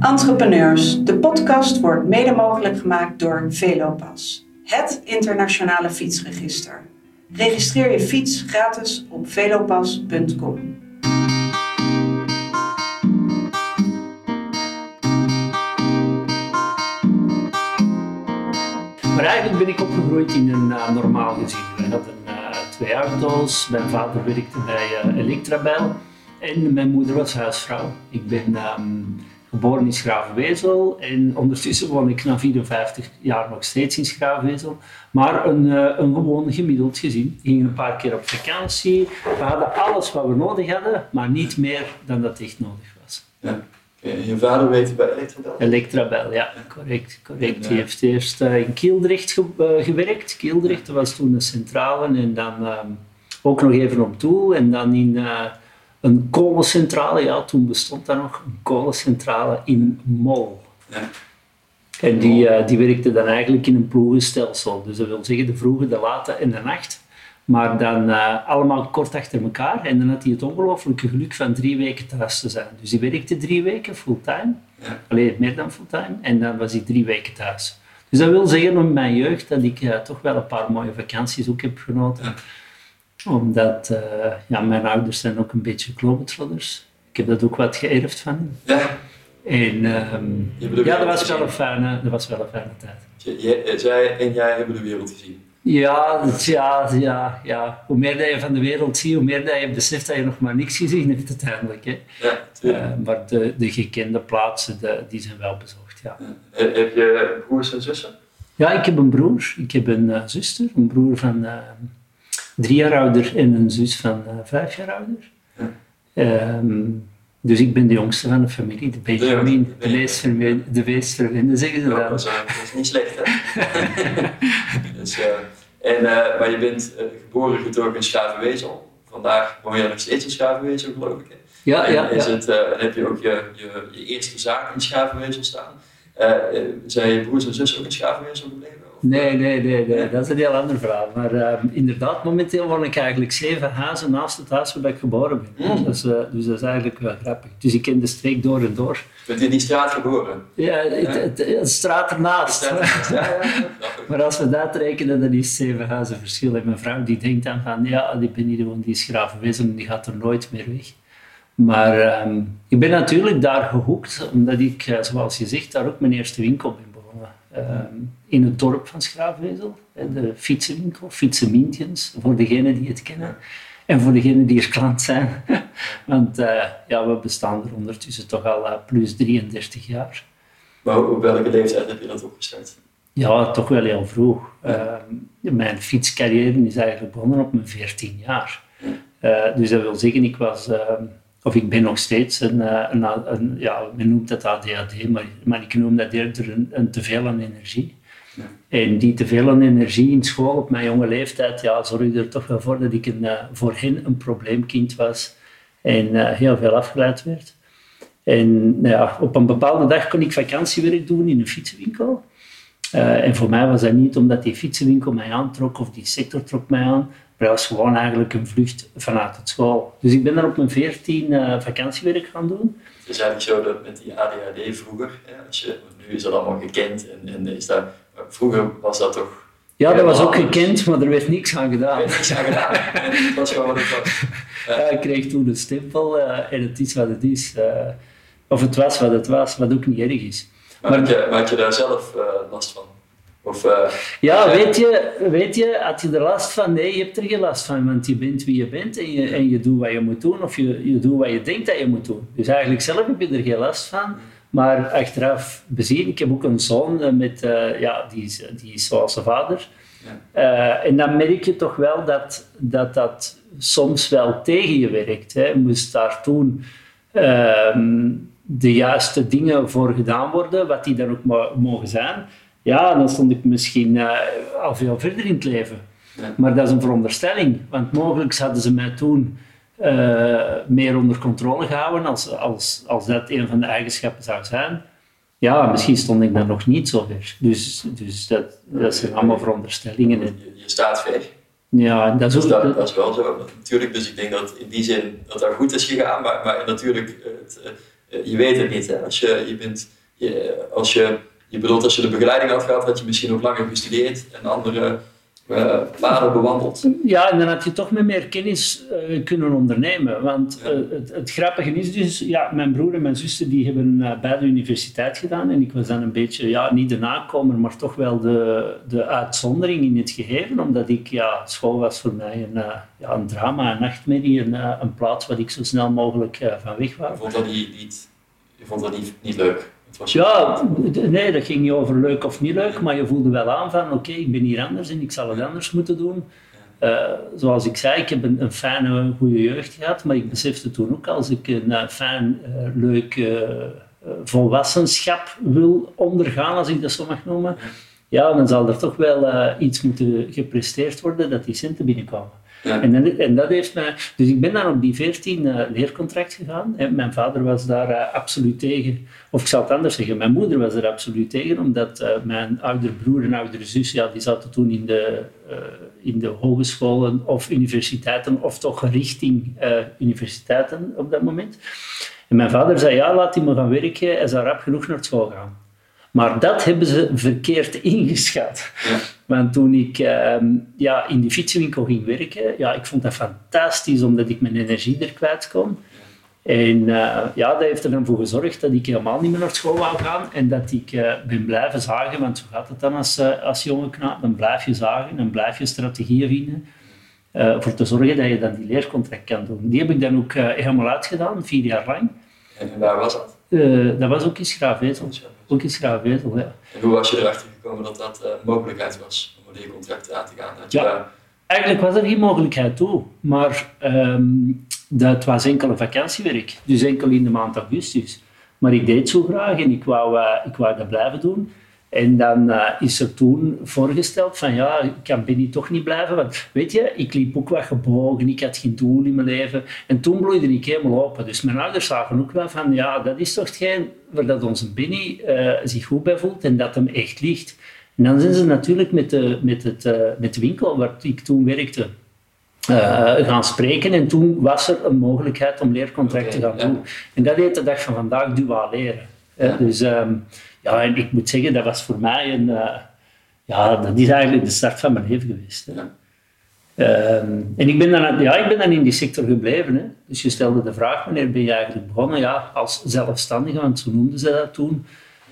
Entrepreneurs, de podcast wordt mede mogelijk gemaakt door Velopas, het internationale fietsregister. Registreer je fiets gratis op velopas.com. Maar eigenlijk ben ik opgegroeid in een normaal gezin. We hadden 2 auto's, mijn vader werkte bij Electrabel en mijn moeder was huisvrouw. Ik ben geboren in Schravenwezel en ondertussen woon ik na 54 jaar nog steeds in Schravenwezel. Maar een gewoon gemiddeld gezin. We gingen een paar keer op vakantie. We hadden alles wat we nodig hadden, maar niet meer dan dat echt nodig was. Ja. Je vader werkte bij Electrabel? Electrabel, ja, correct. Die heeft eerst in Kieldrecht gewerkt. Kieldrecht was toen een centrale en dan ook nog even op Doel en dan in een kolencentrale. Ja, toen bestond daar nog een kolencentrale in Mol. Ja. En die werkte dan eigenlijk in een ploegenstelsel. Dus dat wil zeggen de vroege, de late en de nacht. Maar dan allemaal kort achter elkaar. En dan had hij het ongelooflijke geluk van 3 weken thuis te zijn. Dus hij werkte 3 weken fulltime. Ja. Alleen meer dan fulltime. En dan was hij 3 weken thuis. Dus dat wil zeggen in mijn jeugd dat ik toch wel een paar mooie vakanties ook heb genoten. Ja. Omdat mijn ouders zijn ook een beetje globetrotters. Ik heb dat ook wat geërfd van hen. Ja. En dat was wel een fijne tijd. Zij en jij hebben de wereld gezien. Ja. Hoe meer dat je van de wereld ziet, hoe meer dat je beseft dat je nog maar niks gezien hebt uiteindelijk. Hè. Ja, maar de gekende plaatsen, die zijn wel bezocht, ja. Heb je broers en zussen? Ja, ik heb een broer. Ik heb een zuster. Een broer van 3 jaar ouder en een zus van 5 jaar ouder. Ja. Dus ik ben de jongste van de familie, de Benjamin, de meest verwende, zeggen ze dan. Dat is niet slecht, hè? Dus, maar je bent geboren getogen in Schravenwezel. Vandaag woon je nog steeds in Schravenwezel, geloof ik. Hè? Ja. Heb je ook je eerste zaak in Schravenwezel staan. Zijn je broers en zussen ook in Schravenwezel gebleven? Nee, dat is een heel ander verhaal. Maar inderdaad, momenteel woon ik eigenlijk 7 huizen naast het huis waar ik geboren ben. Dus dat is eigenlijk wel grappig. Dus ik ken de streek door en door. Bent je in die straat geboren? Ja, de straat ernaast. Ja. Maar als we dat rekenen, dan is 7 huizen verschil. En mijn vrouw die denkt dan van, die ben niet gewoon, die is Schravenwezel en die gaat er nooit meer weg. Maar ik ben natuurlijk daar gehoekt, omdat ik, zoals je zegt, daar ook mijn eerste winkel ben begonnen. In het dorp van Schravenwezel, de fietsenwinkel, Fietsenmintjes, voor degenen die het kennen. En voor degenen die er klant zijn. Want we bestaan er ondertussen toch al plus 33 jaar. Maar op welke leeftijd heb je dat opgestart? Ja, toch wel heel vroeg. Mijn fietscarrière is eigenlijk begonnen op mijn 14 jaar. Dus dat wil zeggen, ik ben nog steeds men noemt dat ADHD, maar ik noem dat eerder een teveel aan energie. Ja. En die teveel aan energie in school op mijn jonge leeftijd, zorgde er toch wel voor dat ik voor hen een probleemkind was en heel veel afgeleid werd. En op een bepaalde dag kon ik vakantiewerk doen in een fietsenwinkel. En voor mij was dat niet omdat die fietsenwinkel mij aantrok of die sector trok mij aan. Maar dat was gewoon eigenlijk een vlucht vanuit het school. Dus ik ben daar op mijn 14 vakantiewerk gaan doen. Het is eigenlijk zo dat met die ADHD vroeger, nu is dat allemaal gekend en is dat, vroeger was dat toch... Ja, dat was ook gekend, maar er werd niks aan gedaan. Dat was gewoon wat het was. Ja, ik kreeg toen een stempel en het is wat het is. Of het was wat het was, wat ook niet erg is. Maar had je daar zelf last van? Weet je, had je er last van? Nee, je hebt er geen last van, want je bent wie je bent en je doet wat je moet doen of je doet wat je denkt dat je moet doen. Dus eigenlijk zelf heb je er geen last van, maar achteraf bezien, ik heb ook een zoon die is zoals zijn vader. Ja. En dan merk je toch wel dat soms wel tegen je werkt. Hè. Je moest daar toen de juiste dingen voor gedaan worden, wat die dan ook mogen zijn. Ja, dan stond ik misschien al veel verder in het leven. Ja. Maar dat is een veronderstelling. Want mogelijk hadden ze mij toen meer onder controle gehouden als dat een van de eigenschappen zou zijn. Ja, misschien stond ik dan nog niet zo ver. Dus dat zijn allemaal veronderstellingen. Je staat ver. Ja, dat is dat is wel zo. Natuurlijk, dus ik denk dat in die zin dat goed is gegaan. Maar natuurlijk, je weet het niet. Hè? Als je de begeleiding had gehad, had je misschien ook langer gestudeerd en andere paden bewandeld. Ja, en dan had je toch met meer kennis kunnen ondernemen. Want het grappige is dus, ja, mijn broer en mijn zuster die hebben bij de universiteit gedaan. En ik was dan een beetje, niet de nakomer, maar toch wel de uitzondering in het geheel. Omdat school was voor mij een drama, een nachtmerrie, een plaats waar ik zo snel mogelijk van weg was. Je vond dat niet leuk? Nee, dat ging niet over leuk of niet leuk, maar je voelde wel aan van oké, ik ben hier anders en ik zal het anders moeten doen. Zoals ik zei, ik heb een fijne, goede jeugd gehad, maar ik besefte toen ook, als ik een fijn, leuk volwassenschap wil ondergaan, als ik dat zo mag noemen, dan zal er toch wel iets moeten gepresteerd worden dat die centen binnenkomen. Ja. En dat heeft mij... Dus ik ben dan op die 14 leercontract gegaan. En mijn vader was daar absoluut tegen. Of ik zal het anders zeggen, mijn moeder was er absoluut tegen, omdat mijn oudere broer en oudere zus, die zaten toen in de hogescholen of universiteiten, of toch richting universiteiten op dat moment. En mijn vader zei, laat die maar gaan werken, hij zou rap genoeg naar school gaan. Maar dat hebben ze verkeerd ingeschat. Ja. Want toen ik in die fietsenwinkel ging werken, ik vond dat fantastisch, omdat ik mijn energie er kwijt kon. En dat heeft er dan voor gezorgd dat ik helemaal niet meer naar school wou gaan en dat ik ben blijven zagen, want zo gaat het dan als jonge knaap. Dan blijf je zagen, dan blijf je strategieën vinden voor te zorgen dat je dan die leercontract kan doen. Die heb ik dan ook helemaal uitgedaan, 4 jaar lang. En waar was dat? Dat was ook in Schraafwetel. Ook in Schraafwetel, ja. En hoe was je erachter gekomen dat dat een mogelijkheid was om een leercontract aan te gaan? Eigenlijk was er geen mogelijkheid toe, maar dat was enkel een vakantiewerk. Dus enkel in de maand augustus. Maar ik deed zo graag en ik wou dat blijven doen. En dan is er toen voorgesteld van kan Benny toch niet blijven. Want weet je, ik liep ook wat gebogen, ik had geen doel in mijn leven. En toen bloeide ik helemaal open. Dus mijn ouders zagen ook wel van dat is toch hetgeen waar dat onze Benny zich goed bij voelt en dat hem echt ligt. En dan zijn ze natuurlijk met de winkel waar ik toen werkte gaan spreken. En toen was er een mogelijkheid om leercontract te gaan doen. En dat heet de dag van vandaag duaal leren. Dus... en ik moet zeggen, dat was voor mij dat is eigenlijk de start van mijn leven geweest. Hè. Ja. En ik ben dan in die sector gebleven. Hè. Dus je stelde de vraag, wanneer ben je eigenlijk begonnen? Ja, als zelfstandige, want zo noemden ze dat toen.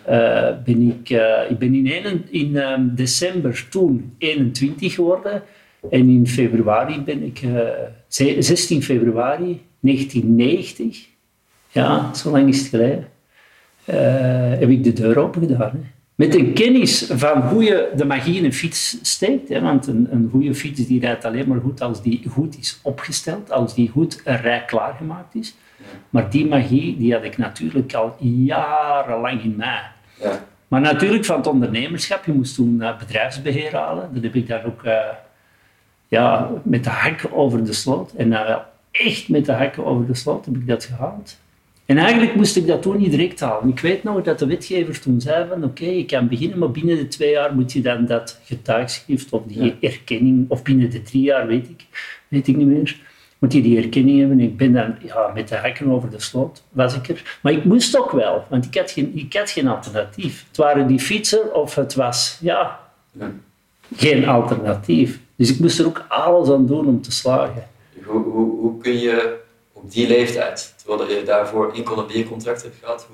Ik ben in december toen 21 geworden. En in februari ben ik, 16 februari 1990, zo lang is het geleden, heb ik de deur open gedaan. Hè. Met een kennis van hoe je de magie in een fiets steekt. Hè, want een goede fiets die rijdt alleen maar goed als die goed is opgesteld, als die goed rij klaargemaakt is. Maar die magie die had ik natuurlijk al jarenlang in mij. Ja. Maar natuurlijk van het ondernemerschap, je moest toen bedrijfsbeheer halen. Dat heb ik dan ook met de hakken over de sloot. En wel echt met de hakken over de sloot heb ik dat gehaald. En eigenlijk moest ik dat toen niet direct halen. Ik weet nog dat de wetgever toen zei van oké, je kan beginnen, maar binnen de 2 jaar moet je dan dat getuigschrift of die erkenning, of binnen de 3 jaar, weet ik niet meer, moet je die erkenning hebben. Ik ben dan met de hakken over de sloot, was ik er. Maar ik moest ook wel, want ik had geen alternatief. Het waren die fietsen of het was, geen alternatief. Dus ik moest er ook alles aan doen om te slagen. Hoe kun je op die leeftijd, terwijl je daarvoor enkel een leercontract hebt gehad,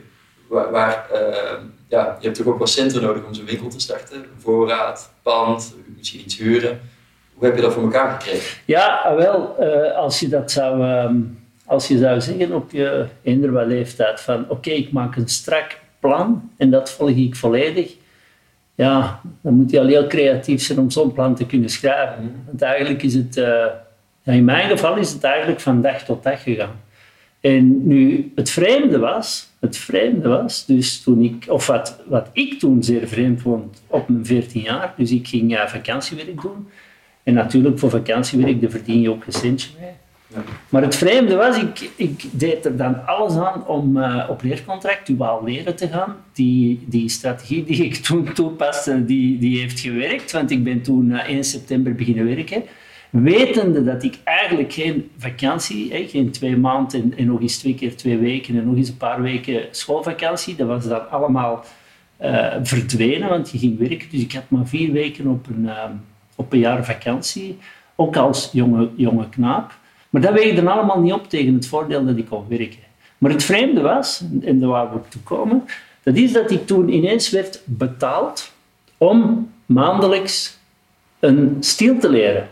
je hebt toch ook wel centen nodig om zo'n winkel te starten? Voorraad, pand, misschien iets huren. Hoe heb je dat voor elkaar gekregen? Ja, wel, als je zou zeggen op je eender leeftijd van oké, ik maak een strak plan en dat volg ik volledig. Ja, dan moet je al heel creatief zijn om zo'n plan te kunnen schrijven. Want eigenlijk is het... in mijn geval is het eigenlijk van dag tot dag gegaan. En nu, het vreemde was, dus toen wat ik toen zeer vreemd vond op mijn 14 jaar, dus ik ging vakantiewerk doen. En natuurlijk, voor vakantiewerk, daar verdien je ook een centje mee. Ja. Maar het vreemde was, ik deed er dan alles aan om op leercontract duaal leren te gaan. Die strategie die ik toen toepaste, die heeft gewerkt, want ik ben toen 1 september beginnen werken. Wetende dat ik eigenlijk geen vakantie, geen 2 maanden en nog eens 2 keer 2 weken en nog eens een paar weken schoolvakantie, dat was dan allemaal verdwenen, want je ging werken. Dus ik had maar 4 weken op een jaar vakantie, ook als jonge knaap. Maar dat weegde allemaal niet op tegen het voordeel dat ik kon werken. Maar het vreemde was, en daar waar we toe komen, dat is dat ik toen ineens werd betaald om maandelijks een stil te leren.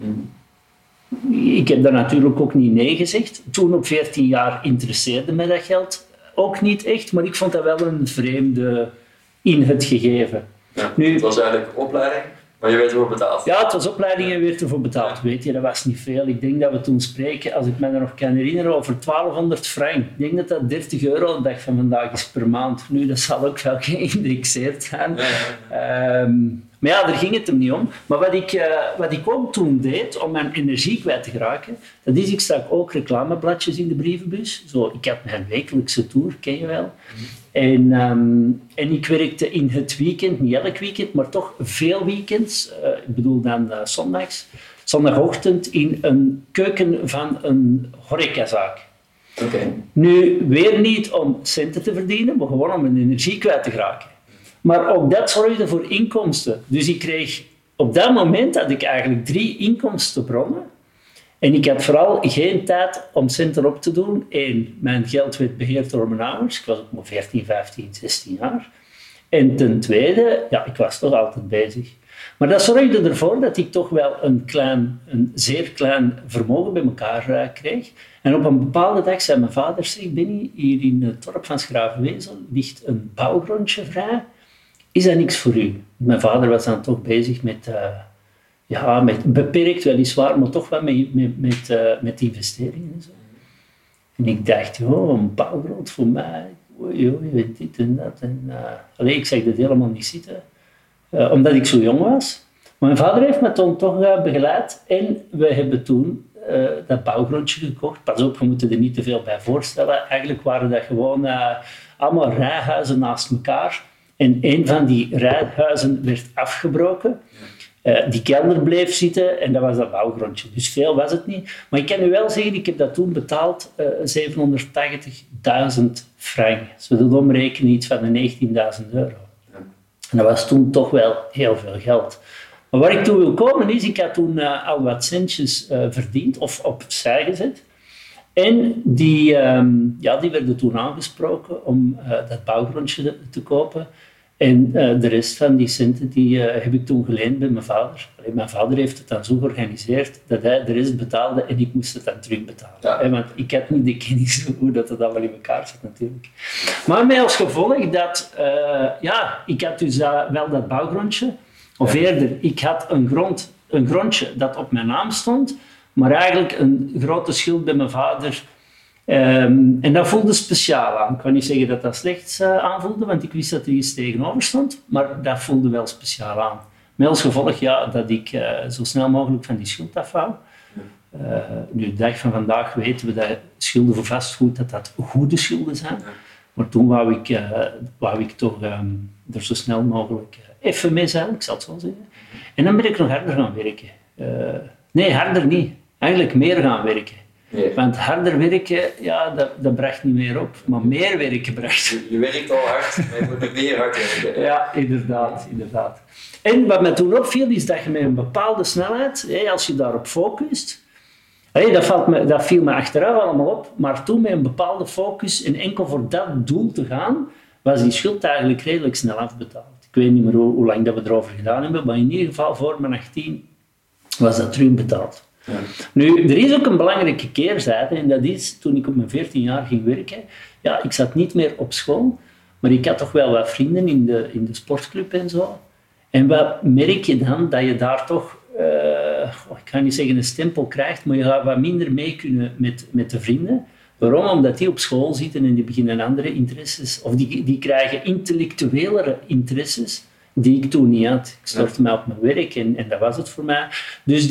Ik heb daar natuurlijk ook niet nee gezegd. Toen op 14 jaar interesseerde me dat geld ook niet echt, maar ik vond dat wel een vreemde in het gegeven. Ja, het was eigenlijk opleiding, maar je werd ervoor betaald. Ja, het was opleiding en je werd ervoor betaald. Weet je, dat was niet veel. Ik denk dat we toen spreken, als ik me nog kan herinneren, over 1200 frank. Ik denk dat dat 30 euro de dag van vandaag is per maand. Nu, dat zal ook wel geïndexeerd zijn. Maar ja, daar ging het hem niet om. Maar wat ik ook toen deed om mijn energie kwijt te geraken, dat is, ik stak ook reclamebladjes in de brievenbus. Zo, ik had mijn wekelijkse tour, ken je wel. En ik werkte in het weekend, niet elk weekend, maar toch veel weekends. Ik bedoel dan zondagochtend in een keuken van een horecazaak. Okay. Nu, weer niet om centen te verdienen, maar gewoon om mijn energie kwijt te geraken. Maar ook dat zorgde voor inkomsten. Dus ik kreeg, op dat moment had ik eigenlijk 3 inkomstenbronnen. En ik had vooral geen tijd om centen op te doen. 1, mijn geld werd beheerd door mijn ouders. Ik was ook maar 14, 15, 16 jaar. En ten tweede, ja, ik was toch altijd bezig. Maar dat zorgde ervoor dat ik toch wel een zeer klein vermogen bij elkaar kreeg. En op een bepaalde dag zei mijn vader, zeg Benny, hier in het dorp van Schravenwezel ligt een bouwgrondje vrij. Is dat niks voor u? Mijn vader was dan toch bezig met beperkt weliswaar, maar toch wel met investeringen en zo. En ik dacht, een bouwgrond voor mij, je weet dit en dat. Ik zag dat helemaal niet zitten, omdat ik zo jong was. Maar mijn vader heeft me toen toch begeleid en we hebben toen dat bouwgrondje gekocht. Pas op, we moeten er niet te veel bij voorstellen. Eigenlijk waren dat gewoon allemaal rijhuizen naast elkaar. En een van die rijhuizen werd afgebroken. Die kelder bleef zitten en dat was dat bouwgrondje. Dus veel was het niet. Maar ik kan u wel zeggen, ik heb dat toen betaald 780.000 frank. Als we dat omrekenen, iets van de 19.000 euro. En dat was toen toch wel heel veel geld. Maar waar ik toe wil komen is, ik had toen al wat centjes verdiend of opzij gezet. En die werden toen aangesproken om dat bouwgrondje te kopen. En de rest van die centen heb ik toen geleend bij mijn vader. Mijn vader heeft het dan zo georganiseerd dat hij de rest betaalde en ik moest het dan terugbetalen. Ja. Want ik had niet de kennis hoe dat allemaal in elkaar zat natuurlijk. Maar met als gevolg dat, ik had dus wel dat bouwgrondje. Of eerder, ik had een grondje dat op mijn naam stond, maar eigenlijk een grote schuld bij mijn vader. En dat voelde speciaal aan. Ik kan niet zeggen dat dat slecht aanvoelde, want ik wist dat er iets tegenover stond, maar dat voelde wel speciaal aan. Met als gevolg dat ik zo snel mogelijk van die schuld afhou. Nu, de dag van vandaag weten we dat schulden voor vastgoed dat goede schulden zijn. Maar toen wou ik toch er zo snel mogelijk even mee zijn, ik zal het zo zeggen. En dan ben ik nog harder gaan werken. Nee, harder niet. Eigenlijk meer gaan werken. Nee. Want harder werken, dat bracht niet meer op, maar meer werken bracht. Je werkt al hard, maar je moet nog meer hard werken. Ja, inderdaad. En wat me toen opviel, is dat je met een bepaalde snelheid, als je daarop focust, dat viel me achteraf allemaal op, maar toen met een bepaalde focus en enkel voor dat doel te gaan, was die schuld eigenlijk redelijk snel afbetaald. Ik weet niet meer hoe lang dat we erover gedaan hebben, maar in ieder geval voor mijn 18 was dat terugbetaald. Ja. Nu, er is ook een belangrijke keerzijde en dat is, toen ik op mijn 14 jaar ging werken, ik zat niet meer op school, maar ik had toch wel wat vrienden in de sportclub en zo. En wat merk je dan? Dat je daar toch, ik ga niet zeggen een stempel krijgt, maar je gaat wat minder mee kunnen met de vrienden. Waarom? Omdat die op school zitten en die beginnen andere interesses, of die krijgen intellectuelere interesses die ik toen niet had. Ik stortte mij op mijn werk en dat was het voor mij. Dus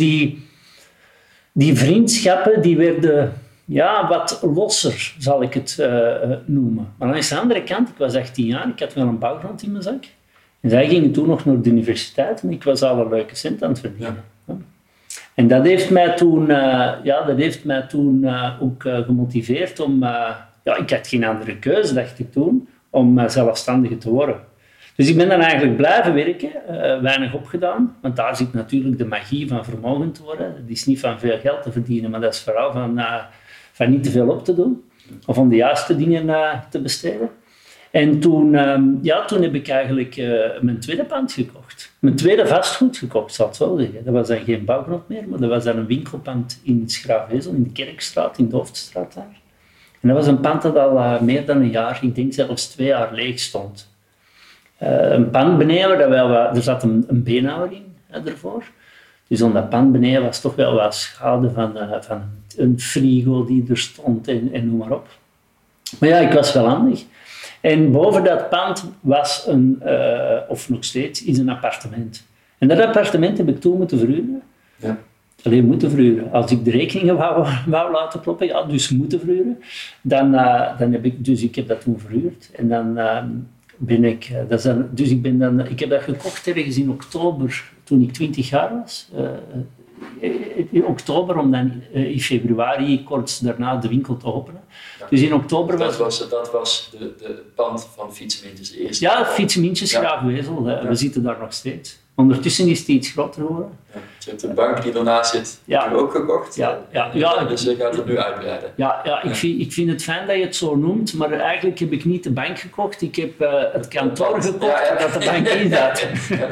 die vriendschappen die werden wat losser, zal ik het noemen. Maar aan de andere kant, ik was 18 jaar, ik had wel een bouwgrond in mijn zak. En zij gingen toen nog naar de universiteit en ik was al een leuke cent aan het verdienen. Ja. En dat heeft mij toen, ook gemotiveerd om... ik had geen andere keuze, dacht ik toen, om zelfstandige te worden. Dus ik ben dan eigenlijk blijven werken, weinig opgedaan, want daar zit natuurlijk de magie van vermogend worden. Het is niet van veel geld te verdienen, maar dat is vooral van niet te veel op te doen, of om de juiste dingen te besteden. En toen heb ik eigenlijk mijn tweede pand gekocht. Mijn tweede vastgoed gekocht, zal ik zo zeggen. Dat was dan geen bouwgrond meer, maar dat was dan een winkelpand in Schraafwezel, in de Kerkstraat, in de Hoofdstraat daar. En dat was een pand dat al meer dan een jaar, ik denk zelfs 2 jaar leeg stond. Een pand beneden, er zat een beenhouwer in ervoor. Dus aan dat pand beneden was toch wel wat schade van een frigo die er stond en noem maar op. Maar ja, ik was wel handig. En boven dat pand was of nog steeds, is een appartement. En dat appartement heb ik toen moeten verhuren. Ja. Alleen moeten verhuren. Als ik de rekeningen wou laten kloppen, ja, dus moeten verhuren, dan heb ik... Dus ik heb dat toen verhuurd. En dan ben ik... ik heb dat gekocht ergens in oktober, toen ik 20 jaar was. In oktober, om dan in februari kort daarna de winkel te openen. Ja. Dus in oktober dat was de pand van Fietsenmintjes eerste. Ja, Fietsenmintjes, Schraafwezel. Ja. We zitten daar nog steeds. Ondertussen is die iets groter geworden. Ja, je hebt de bank die ernaast zit, heb je ook gekocht. Dus je gaat het nu uitbreiden. Ik vind het fijn dat je het zo noemt, maar eigenlijk heb ik niet de bank gekocht. Ik heb het kantoor gekocht waar de bank in zat.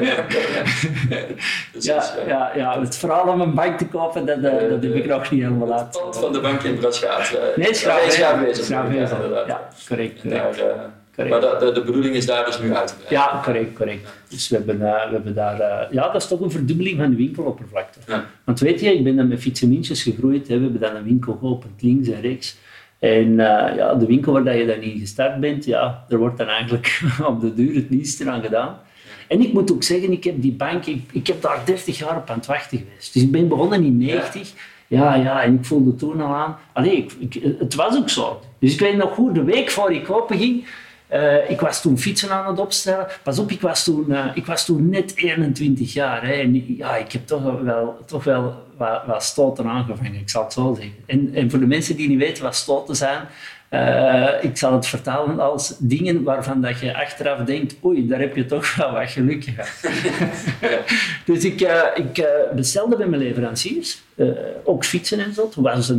Het verhaal om een bank te kopen, dat heb ik nog niet helemaal uit. Het pand van de bank in Brasschaat. Nee, Schraafwezel. Ja, correct. Maar de bedoeling is daar dus nu uit te breiden. Ja, correct. Dus we hebben daar... dat is toch een verdubbeling van de winkeloppervlakte. Ja. Want weet je, ik ben dan met Fietsenmintjes gegroeid. Hè. We hebben dan een winkel geopend, links en rechts. En de winkel waar je dan in gestart bent, er wordt dan eigenlijk op de duur het niets aan gedaan. En ik moet ook zeggen, ik heb die bank... Ik heb daar 30 jaar op aan het wachten geweest. Dus ik ben begonnen in 90... en ik voelde toen al aan... het was ook zo. Dus ik weet nog goed, de week voor ik open ging... ik was toen fietsen aan het opstellen. Pas op, ik was toen net 21 jaar. Hè, en ik heb toch wel wat stoten aangevangen, ik zal het zo zeggen. En voor de mensen die niet weten wat stoten zijn, ik zal het vertalen als dingen waarvan dat je achteraf denkt, oei, daar heb je toch wel wat geluk gehad. Dus ik bestelde bij mijn leveranciers, ook fietsen en zo. Toen was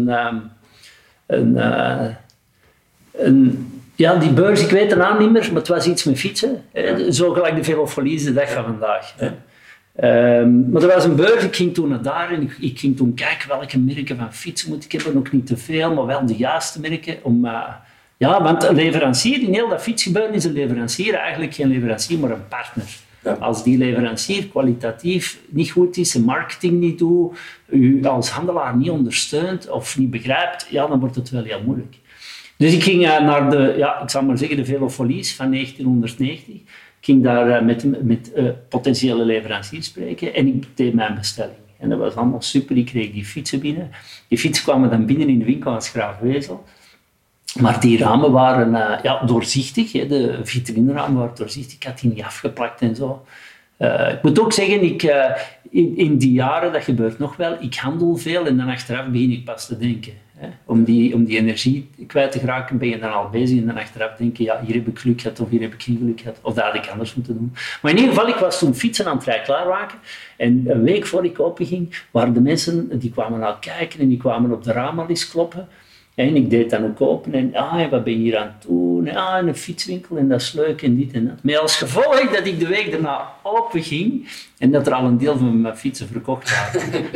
die beurs, ik weet de naam niet meer, maar het was iets met fietsen. Zo gelijk de Velofolie de dag van vandaag. Ja. Maar er was een beurs, ik ging toen naar daar en ik ging toen kijken welke merken van fietsen moet ik hebben. Ook niet te veel, maar wel de juiste merken. Want een leverancier, in heel dat fietsgebeuren is een leverancier eigenlijk geen leverancier, maar een partner. Ja. Als die leverancier kwalitatief niet goed is, zijn marketing niet doet, u als handelaar niet ondersteunt of niet begrijpt, dan wordt het wel heel moeilijk. Dus ik ging naar de Velofolies van 1990. Ik ging daar met potentiële leveranciers spreken en ik deed mijn bestelling. En dat was allemaal super. Ik kreeg die fietsen binnen. Die fietsen kwamen dan binnen in de winkel aan Schraafwezel. Maar die ramen waren doorzichtig. De vitrineramen waren doorzichtig. Ik had die niet afgeplakt en zo. Ik moet ook zeggen, in die jaren, dat gebeurt nog wel, ik handel veel en dan achteraf begin ik pas te denken. Om die energie kwijt te geraken, ben je dan al bezig en dan achteraf denken, hier heb ik geluk gehad of hier heb ik geen geluk gehad. Of dat had ik anders moeten doen. Maar in ieder geval, ik was toen fietsen aan het vrij klaarmaken. En een week voor ik openging, waren de mensen, die kwamen al kijken en die kwamen op de raam al eens kloppen. En ik deed dan ook open en wat ben je hier aan het doen? In een fietswinkel en dat is leuk en dit en dat. Maar als gevolg dat ik de week daarna open ging en dat er al een deel van mijn fietsen verkocht waren.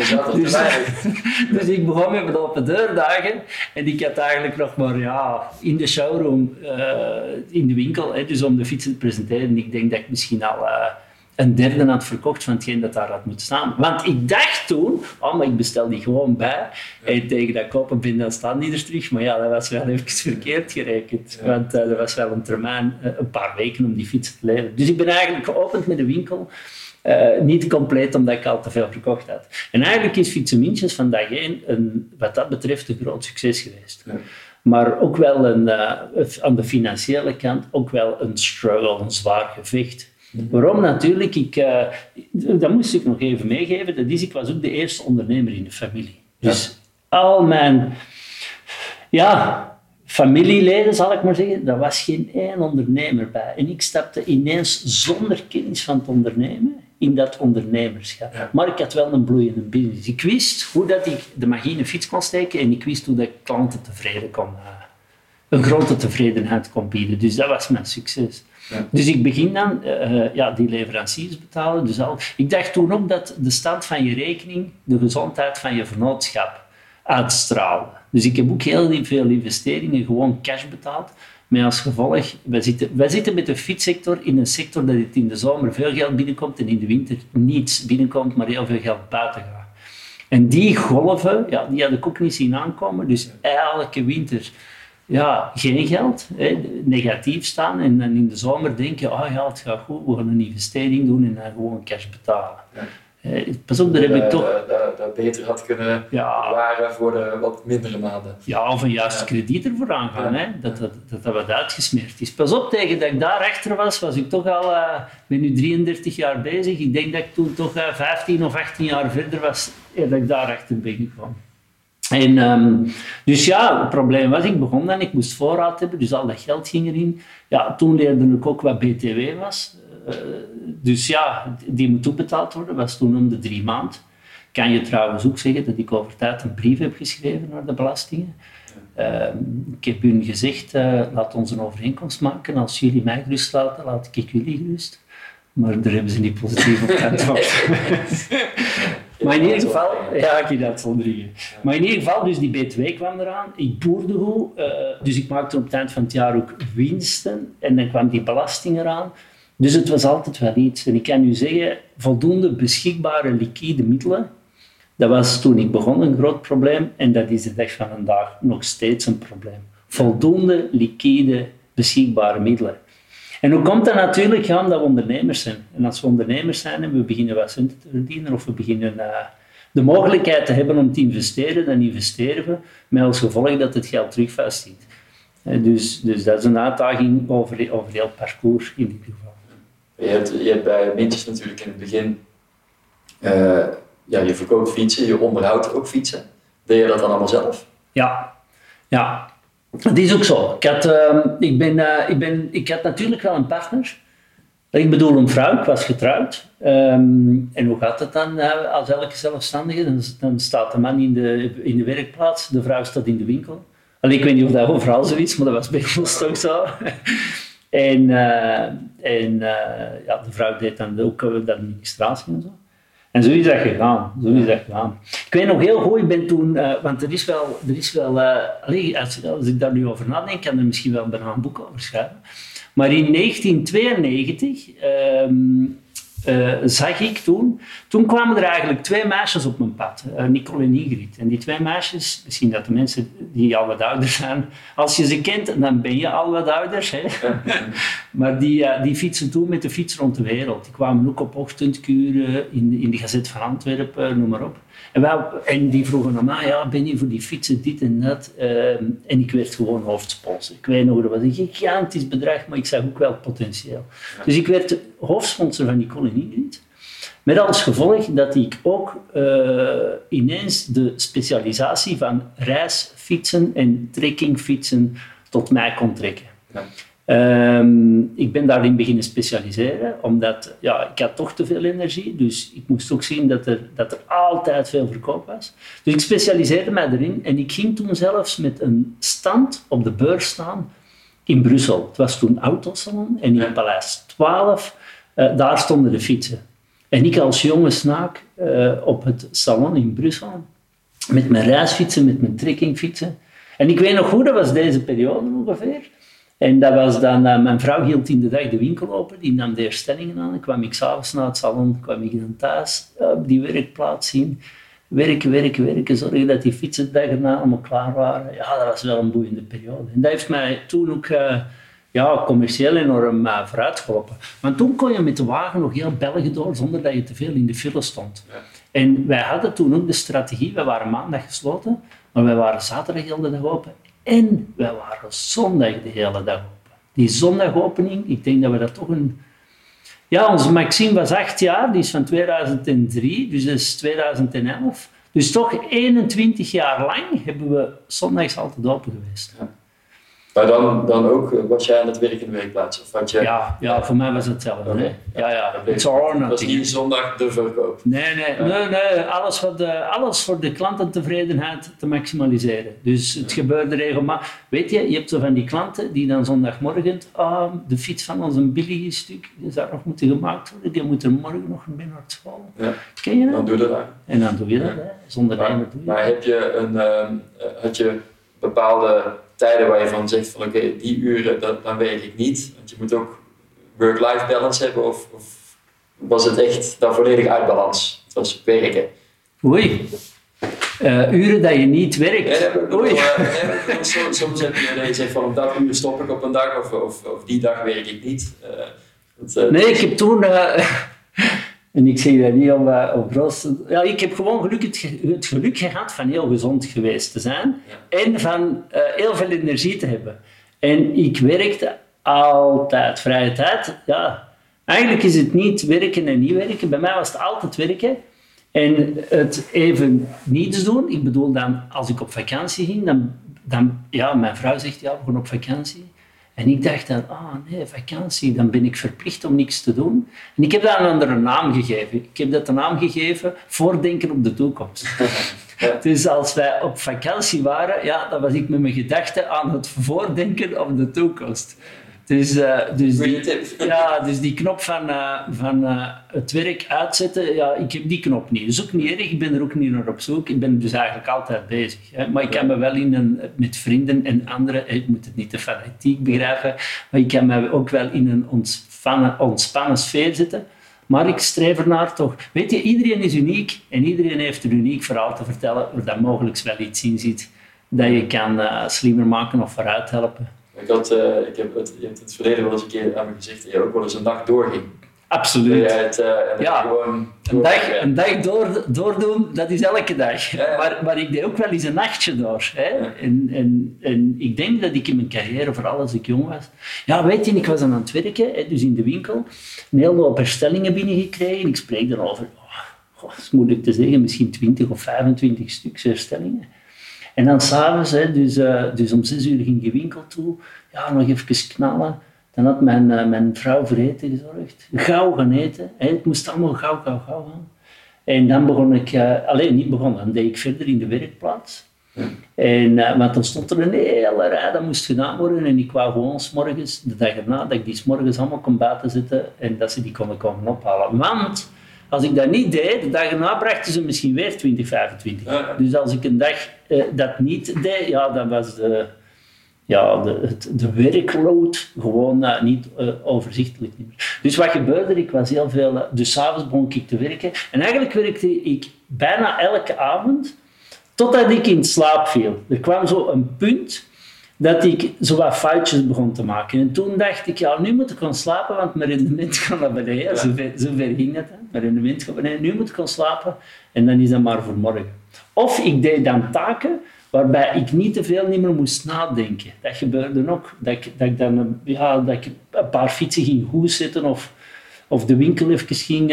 Dus ik begon met mijn open deurdagen en ik had eigenlijk nog maar in de showroom, in de winkel, dus om de fietsen te presenteren. Ik denk dat ik misschien al een derde had verkocht van hetgeen dat daar had moeten staan. Want ik dacht toen, maar ik bestel die gewoon bij. En tegen dat kopen ben, dan staan die er terug. Maar dat was wel even verkeerd gerekend. Ja. Want er was wel een termijn, een paar weken om die fietsen te leveren. Dus ik ben eigenlijk geopend met de winkel. Niet compleet, omdat ik al te veel verkocht had. En eigenlijk is Fietsenmintjes van dag één, wat dat betreft, een groot succes geweest. Ja. Maar ook wel aan de financiële kant, ook wel een struggle, een zwaar gevecht. Waarom natuurlijk? Dat moest ik nog even meegeven. Dat is, ik was ook de eerste ondernemer in de familie. Dus al mijn familieleden, zal ik maar zeggen, daar was geen één ondernemer bij. En ik stapte ineens zonder kennis van het ondernemen in dat ondernemerschap. Ja. Maar ik had wel een bloeiende business. Ik wist hoe dat ik de magie in een fiets kon steken en ik wist hoe dat ik klanten tevreden kon een grote tevredenheid kon bieden. Dus dat was mijn succes. Ja. Dus ik begin dan die leveranciers betalen. Dus ik dacht toen ook dat de stand van je rekening de gezondheid van je vennootschap uitstraalde. Dus ik heb ook heel veel investeringen gewoon cash betaald. Met als gevolg, wij zitten met de fietssector in een sector dat het in de zomer veel geld binnenkomt en in de winter niets binnenkomt, maar heel veel geld buiten gaat. En die golven, die had ik ook niet zien aankomen. Dus elke winter geen geld, negatief staan. En dan in de zomer denk je, het gaat goed, we gaan een investering doen en dan gewoon cash betalen. Ja. Pas op, daar heb ik toch... Dat beter had kunnen bewaren voor de wat mindere maanden. Ja, of een juiste krediet ervoor aangaan, dat wat uitgesmeerd is. Pas op, tegen dat ik daarachter was ik toch al... ben nu 33 jaar bezig. Ik denk dat ik toen toch 15 of 18 jaar verder was, dat ik daarachter ben gekomen. En dus het probleem was, ik begon dan, ik moest voorraad hebben, dus al dat geld ging erin. Ja, toen leerde ik ook wat BTW was. Dus die moet toebetaald worden, was toen om de 3 maanden. Kan je trouwens ook zeggen dat ik over tijd een brief heb geschreven naar de belastingen. Ik heb hun gezegd, laat ons een overeenkomst maken. Als jullie mij gerust laten, laat ik jullie gerust. Maar daar hebben ze niet positief op geantwoord. Maar in ieder geval, ik dat zal dringen. Maar in ieder geval, dus die BTW kwam eraan. Ik boerde goed, dus ik maakte op het eind van het jaar ook winsten. En dan kwam die belasting eraan. Dus het was altijd wel iets. En ik kan u zeggen, voldoende beschikbare liquide middelen, dat was toen ik begon een groot probleem. En dat is de dag van vandaag nog steeds een probleem. Voldoende liquide beschikbare middelen. En hoe komt dat natuurlijk? Omdat we ondernemers zijn. En als we ondernemers zijn en we beginnen wat centen te verdienen of we beginnen de mogelijkheid te hebben om te investeren, dan investeren we met als gevolg dat het geld terug vastzit. Dus dat is een uitdaging over heel het parcours in dit geval. Je hebt bij Mintjes natuurlijk in het begin, je verkoopt fietsen, je onderhoudt ook fietsen. Deed je dat dan allemaal zelf? Ja. Het is ook zo. Ik had natuurlijk wel een partner. Ik bedoel een vrouw, ik was getrouwd. En hoe gaat het dan als elke zelfstandige? Dan staat de man in de werkplaats, de vrouw staat in de winkel. Ik weet niet of dat overal zo is, maar dat was bij ons toch zo. En de vrouw deed dan ook de administratie en zo. En zo is dat gegaan. Ik weet nog heel goed, ik ben toen, want er is wel als ik daar nu over nadenk, kan er misschien wel bijna een boek over schrijven. Maar in 1992 zag ik toen kwamen er eigenlijk 2 meisjes op mijn pad, Nicole en Ingrid. En die 2 meisjes, misschien dat de mensen die al wat ouder zijn, als je ze kent, dan ben je al wat ouder. Hè? Maar die fietsen toen met de fiets rond de wereld. Die kwamen ook op ochtendkuren in de Gazet van Antwerpen, noem maar op. En die vroegen aan mij, ben je voor die fietsen dit en dat? En ik werd gewoon hoofdsponsor. Ik weet nog, dat was een gigantisch bedrag, maar ik zag ook wel potentieel. Dus ik werd hoofdsponsor van Nicole en Ingrid. Met als gevolg dat ik ook ineens de specialisatie van reisfietsen en trekkingfietsen tot mij kon trekken. Ja. Ik ben daarin beginnen specialiseren, omdat ik had toch te veel energie, dus ik moest ook zien dat er altijd veel verkoop was. Dus ik specialiseerde mij erin en ik ging toen zelfs met een stand op de beurs staan in Brussel. Het was toen Autosalon en in Paleis 12, daar stonden de fietsen. En ik als jonge snaak op het salon in Brussel, met mijn reisfietsen, met mijn trekkingfietsen. En ik weet nog goed, dat was deze periode ongeveer. En dat was dan, mijn vrouw hield in de dag de winkel open, die nam de herstellingen aan. Dan kwam ik s'avonds naar het salon, kwam ik dan thuis op die werkplaats zien. Werken, zorgen dat die fietsen de dag erna allemaal klaar waren. Ja, dat was wel een boeiende periode. En dat heeft mij toen ook commercieel enorm vooruit geholpen. Want toen kon je met de wagen nog heel België door, zonder dat je te veel in de file stond. Ja. En wij hadden toen ook de strategie, wij waren maandag gesloten, maar wij waren zaterdag de hele dag open. En wij waren zondag de hele dag open. Die zondagopening, ik denk dat we dat toch Ja, onze Maxime was 8 jaar, die is van 2003, dus dat is 2011. Dus toch 21 jaar lang hebben we zondags altijd open geweest. Ja. Maar dan ook, was jij aan het werk in de werkplaats? Of had je... Ja, voor mij was het hetzelfde. Okay. Ja. Het was niet zondag de verkoop? Nee. Alles voor de klantentevredenheid te maximaliseren. Dus het gebeurde regelmatig. Weet je hebt zo van die klanten die dan zondagmorgen... de fiets van ons een billig stuk, die zou nog moeten gemaakt worden. Die moet er morgen nog mee naar school. Ja. Ken je dat? Dan doe je dat. En dan doe je dat, zonder nemen doe je maar heb je had je bepaalde tijden waar je van zegt van oké, die uren, dan werk ik niet. Want je moet ook work-life balance hebben of was het echt dan volledig uit balans? Het was werken. Oei. Uren dat je niet werkt. Soms heb je dat je zegt van op dat uur stop ik op een dag of die dag werk ik niet. Nee, ik heb toen... En ik zeg dat niet om roos. Ja, ik heb gewoon het geluk gehad van heel gezond geweest te zijn en van heel veel energie te hebben. En ik werkte altijd, vrije tijd. Ja, eigenlijk is het niet werken en niet werken. Bij mij was het altijd werken en het even niets doen. Ik bedoel dan, als ik op vakantie ging, dan mijn vrouw zegt, ja, we gaan op vakantie. En ik dacht dan, vakantie, dan ben ik verplicht om niks te doen. En ik heb dat een andere naam gegeven. Ik heb dat de naam gegeven, voordenken op de toekomst. Dus als wij op vakantie waren, dan was ik met mijn gedachten aan het voordenken op de toekomst. Dus die knop van het werk uitzetten, ik heb die knop niet. Dat is ook niet erg, ik ben er ook niet naar op zoek. Ik ben dus eigenlijk altijd bezig. Hè. Maar ik kan me wel met vrienden en anderen, ik moet het niet te fanatiek begrijpen, maar ik kan me ook wel in een ontspannen sfeer zitten. Maar ik streef ernaar toch. Weet je, iedereen is uniek en iedereen heeft een uniek verhaal te vertellen waar dat mogelijk wel iets in zit dat je kan slimmer maken of vooruit helpen. Je hebt het verleden wel eens een keer aan me gezegd dat je ook wel eens een dag doorging. Absoluut. Gewoon een dag doordoen, dat is elke dag. Ja. Maar ik deed ook wel eens een nachtje door. Hè? Ja. En ik denk dat ik in mijn carrière, vooral als ik jong was... Ja, weet je, ik was aan het werken, dus in de winkel, een hele hoop herstellingen binnengekregen. Ik spreek erover, dat is moeilijk te zeggen, misschien 20 of 25 stuks herstellingen. En dan s'avonds, dus om 6 uur ging je winkel toe, nog even knallen. Dan had mijn vrouw voor eten gezorgd. Gauw gaan eten. Het moest allemaal gauw gaan. En dan begon ik... dan deed ik verder in de werkplaats. Ja. Want dan stond er een hele rij, dat moest gedaan worden. En ik wou gewoon 's morgens, de dag erna, dat ik die 's morgens allemaal kon buiten zetten en dat ze die konden komen ophalen. Want als ik dat niet deed, de dag erna brachten ze misschien weer 20, 25. Ja. Dus als ik een dag dat niet deed, dan was de werkload gewoon niet overzichtelijk meer. Dus wat gebeurde? Ik was heel veel... Dus 's avonds begon ik te werken. En eigenlijk werkte ik bijna elke avond, totdat ik in slaap viel. Er kwam zo een punt dat ik zo wat foutjes begon te maken. En toen dacht ik, nu moet ik gaan slapen, want mijn rendement gaat naar beneden. Ja. Zover ging het. Mijn rendement gaat beneden. Nu moet ik gaan slapen en dan is dat maar voor morgen. Of ik deed dan taken waarbij ik niet te veel niet meer moest nadenken. Dat gebeurde ook. Dat ik een paar fietsen ging goed zetten of de winkel even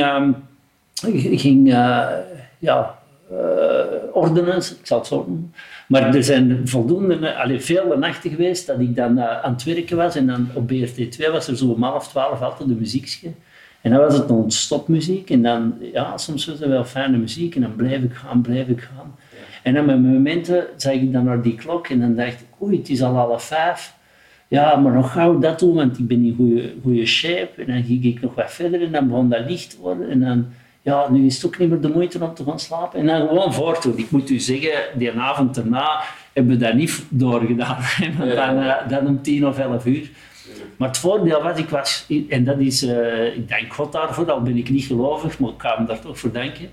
ging ordenen, ik zal het zo noemen. Maar er zijn vele nachten geweest dat ik dan aan het werken was en dan op BRT2 was er zo om 11:30 altijd de muziekje. En dan was het non-stop muziek en dan, soms was het wel fijne muziek en dan bleef ik gaan. En dan met momenten zag ik dan naar die klok en dan dacht ik, oei, het is al 4:30. Ja, maar nog gauw dat doen, want ik ben in goede shape. En dan ging ik nog wat verder en dan begon dat licht te worden. En dan, nu is het ook niet meer de moeite om te gaan slapen. En dan gewoon voortdoen. Ik moet u zeggen, die avond erna hebben we dat niet doorgedaan. Dan om 10 of 11 uur. Maar het voordeel was, en dat is, ik dank God daarvoor, al ben ik niet gelovig, maar ik kan hem daar toch voor danken.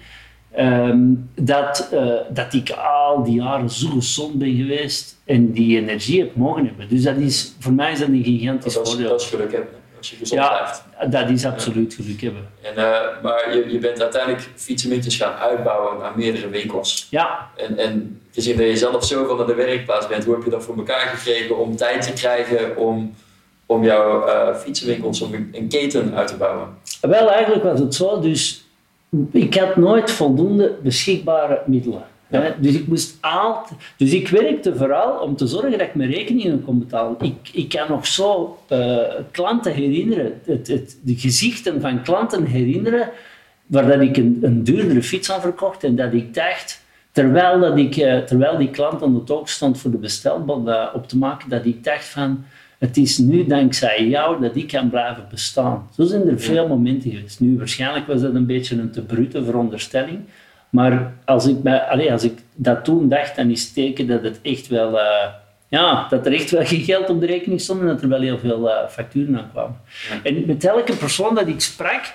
Dat ik al die jaren zo gezond ben geweest en die energie heb mogen hebben. Dus voor mij is dat een gigantisch voordeel. Dat is geluk hebben, als je gezond blijft. Dat is absoluut geluk hebben. Maar je bent uiteindelijk fietsenmintjes gaan uitbouwen aan meerdere winkels. Ja. En gezien dat je zelf zoveel naar de werkplaats bent, hoe heb je dat voor elkaar gekregen om tijd te krijgen om om jouw fietsenwinkels om een keten uit te bouwen? Wel, eigenlijk was het zo. Dus ik had nooit voldoende beschikbare middelen. Ja. Dus ik werkte vooral om te zorgen dat ik mijn rekeningen kon betalen. Ik kan nog zo klanten herinneren, de gezichten van klanten herinneren, waar dat ik een duurdere fiets aan verkocht en dat ik dacht, terwijl die klant aan de toog stond voor de bestelbon op te maken, dat ik dacht van, het is nu dankzij jou dat ik kan blijven bestaan. Zo zijn er veel momenten geweest. Nu, waarschijnlijk was dat een beetje een te brute veronderstelling. Maar als ik dat toen dacht, dan is het teken dat het echt wel... dat er echt wel geen geld op de rekening stond en dat er wel heel veel facturen aan kwamen. Ja. En met elke persoon dat ik sprak,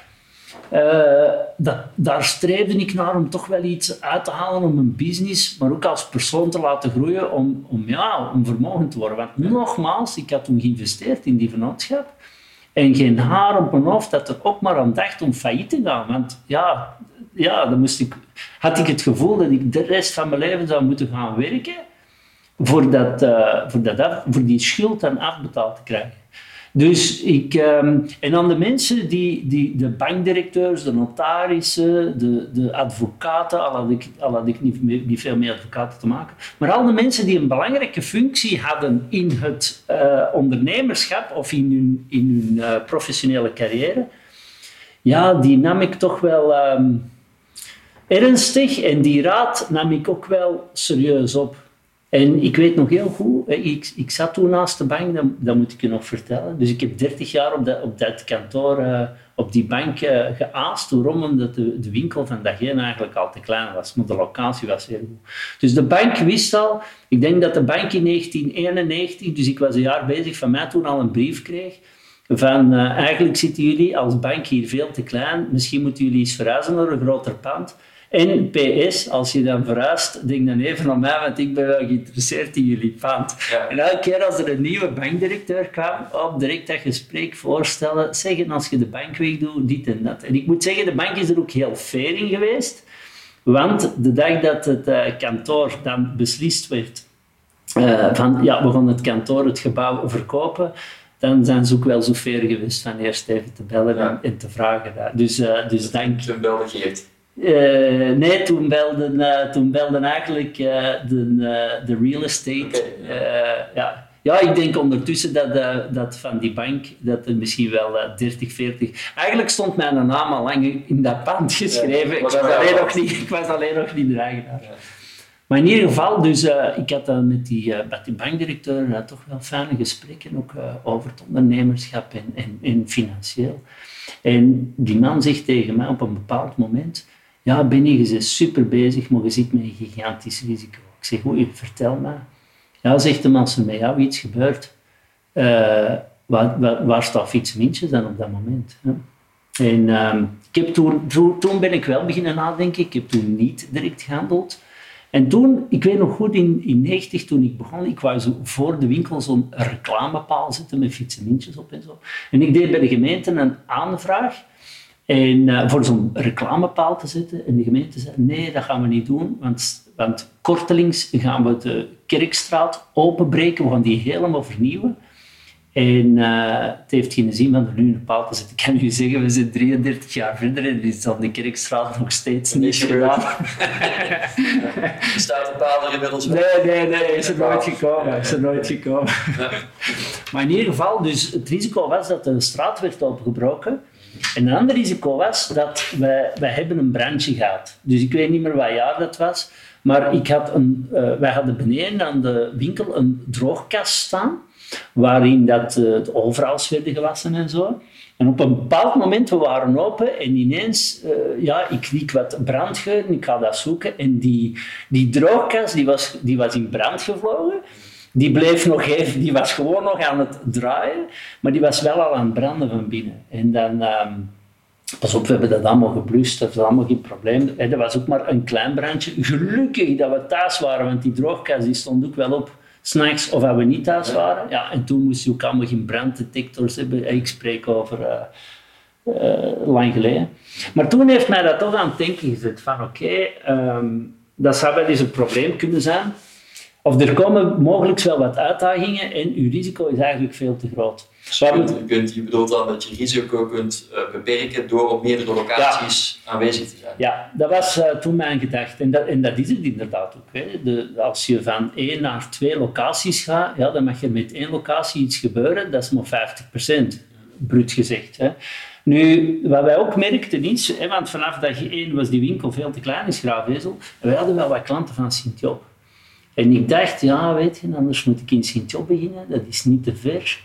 daar streefde ik naar om toch wel iets uit te halen om een business, maar ook als persoon te laten groeien om vermogend te worden. Want nogmaals, ik had toen geïnvesteerd in die vennootschap en geen haar op mijn hoofd dat er ook maar aan dacht om failliet te gaan. Want dan had ik het gevoel dat ik de rest van mijn leven zou moeten gaan werken voor die schuld dan afbetaald te krijgen. Dus en dan de mensen de bankdirecteurs, de notarissen, de advocaten, al had ik niet veel meer advocaten te maken, maar al de mensen die een belangrijke functie hadden in het ondernemerschap of in hun professionele carrière, die nam ik toch wel ernstig en die raad nam ik ook wel serieus op. En ik weet nog heel goed, ik zat toen naast de bank, dat moet ik je nog vertellen. Dus ik heb 30 jaar op dat kantoor, op die bank geaast. Waarom? Omdat de winkel van Dageen eigenlijk al te klein was, maar de locatie was heel goed. Dus de bank wist al, ik denk dat de bank in 1991, dus ik was een jaar bezig, van mij toen al een brief kreeg van eigenlijk zitten jullie als bank hier veel te klein, misschien moeten jullie eens verhuizen naar een groter pand. En PS, als je dan verhuist, denk dan even aan mij, want ik ben wel geïnteresseerd in jullie pand. Ja. En elke keer als er een nieuwe bankdirecteur kwam, direct dat gesprek voorstellen, zeggen als je de bank wegdoet, dit en dat. En ik moet zeggen, de bank is er ook heel fair in geweest, want de dag dat het kantoor dan beslist werd we gaan het kantoor, het gebouw verkopen, dan zijn ze ook wel zo fair geweest van eerst even te bellen en te vragen. Dus dank. Toen belde Geert. Nee, toen belden eigenlijk de real estate. Okay. Ik denk ondertussen dat van die bank, dat er misschien wel 30, 40... Eigenlijk stond mijn naam al lang in dat pand geschreven. Ja, ik was alleen nog niet de eigenaar. Ja. Maar in ieder geval, dus ik had dan met die bankdirecteur toch wel fijne gesprekken, ook over het ondernemerschap en financieel. En die man zegt tegen mij op een bepaald moment, ja, Benny, je bent super bezig, maar je zit met een gigantisch risico. Ik zeg, oei, vertel me. Ja, zegt hem, als er met jou iets gebeurt, waar staat Fietsenmintjes dan op dat moment? Hè? En ik heb toen ben ik wel beginnen nadenken, ik heb toen niet direct gehandeld. En toen, ik weet nog goed, in 90 toen ik begon, ik wou zo voor de winkel zo'n reclamepaal zetten met Fietsenmintjes op en zo. En ik deed bij de gemeente een aanvraag voor zo'n reclamepaal te zetten. En de gemeente zei, nee, dat gaan we niet doen, want kortelings gaan we de Kerkstraat openbreken, we gaan die helemaal vernieuwen. En het heeft geen zin om er nu een paal te zetten. Ik kan u zeggen, we zijn 33 jaar verder en is dan de Kerkstraat nog steeds niet gedaan. Staat de paal er inmiddels wel? Nee, is er nooit gekomen. Ja. Maar in ieder geval, dus het risico was dat de straat werd opengebroken. En een ander risico was dat wij hebben een brandje gehad. Dus ik weet niet meer wat jaar dat was. Maar wij hadden beneden aan de winkel een droogkast staan, waarin de overals werden gewassen en zo. En op een bepaald moment, we waren open en ineens, ik riek wat brandgeur en ik ga dat zoeken. En die droogkast, die was in brand gevlogen. Die bleef nog even, die was gewoon nog aan het draaien, maar die was wel al aan het branden van binnen. En dan, pas op, we hebben dat allemaal geblust, dat was allemaal geen probleem. En dat was ook maar een klein brandje. Gelukkig dat we thuis waren, want die droogkast die stond ook wel op 's nachts of dat we niet thuis waren. Ja, en toen moest je ook allemaal geen branddetectors hebben. Ik spreek over lang geleden. Maar toen heeft mij dat toch aan het denken gezet van oké, dat zou wel eens een probleem kunnen zijn. Of er komen mogelijk wel wat uitdagingen en uw risico is eigenlijk veel te groot. Je bedoelt dan dat je risico kunt beperken door op meerdere locaties aanwezig te zijn? Ja, dat was toen mijn gedachte. En dat is het inderdaad ook. Hè. Als je van 1 naar 2 locaties gaat, dan mag er met 1 locatie iets gebeuren. Dat is maar 50%, bruut gezegd. Hè. Nu, wat wij ook merkten is, want vanaf dag 1 was die winkel veel te klein in Schraafwezel. En wij hadden wel wat klanten van Sint-Job. En ik dacht, weet je, anders moet ik in Sint-Job beginnen. Dat is niet te ver.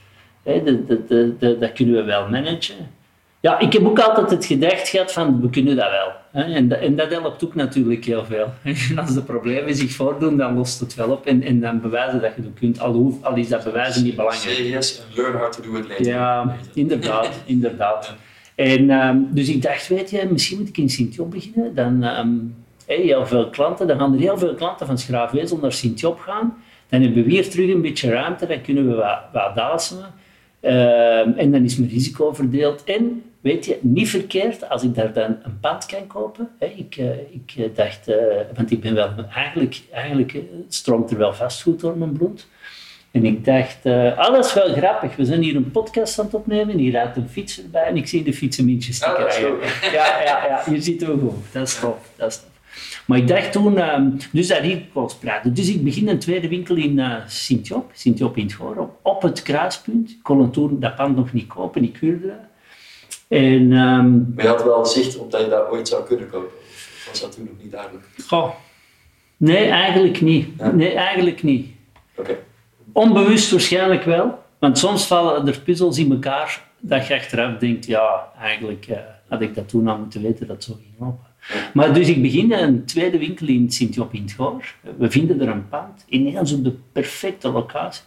Dat kunnen we wel managen. Ja, ik heb ook altijd het gedacht gehad van, we kunnen dat wel. En dat helpt ook natuurlijk heel veel. En als de problemen zich voordoen, dan lost het wel op. En dan bewijzen dat je het kunt. Al is dat bewijzen niet belangrijk. CES en learn how to do it later. Ja, inderdaad. En dus ik dacht, weet je, misschien moet ik in Sint-Job beginnen. Dan heel veel klanten. Dan gaan er heel veel klanten van Schraafwezel naar Sint-Job gaan. Dan hebben we hier terug een beetje ruimte. Dan kunnen we wat dazen. En dan is mijn risico verdeeld. En, weet je, niet verkeerd als ik daar dan een pand kan kopen. Ik dacht, want ik ben wel eigenlijk stroomt er wel vastgoed door mijn bloed. En ik dacht, dat is wel grappig. We zijn hier een podcast aan het opnemen. Hier rijdt een fiets erbij en ik zie de fietsenmintjes stikken. Ja, hier zitten we goed. Dat is tof. Maar ik dacht toen, dus dat risico's praten. Dus ik begin een tweede winkel in Sint-Job in het Goor, op het kruispunt. Ik kon toen dat pand nog niet kopen, ik huurde dat. En, maar je had wel zicht op dat je daar ooit zou kunnen kopen? Of was dat toen nog niet duidelijk? Nee, eigenlijk niet. Ja. Nee, eigenlijk niet. Okay. Onbewust waarschijnlijk wel. Want soms vallen er puzzels in elkaar dat je achteraf denkt, eigenlijk had ik dat toen al moeten weten dat het zo ging lopen. Maar dus ik begin een tweede winkel in Sint-Job in het Goor. We vinden er een pand, ineens op de perfecte locatie.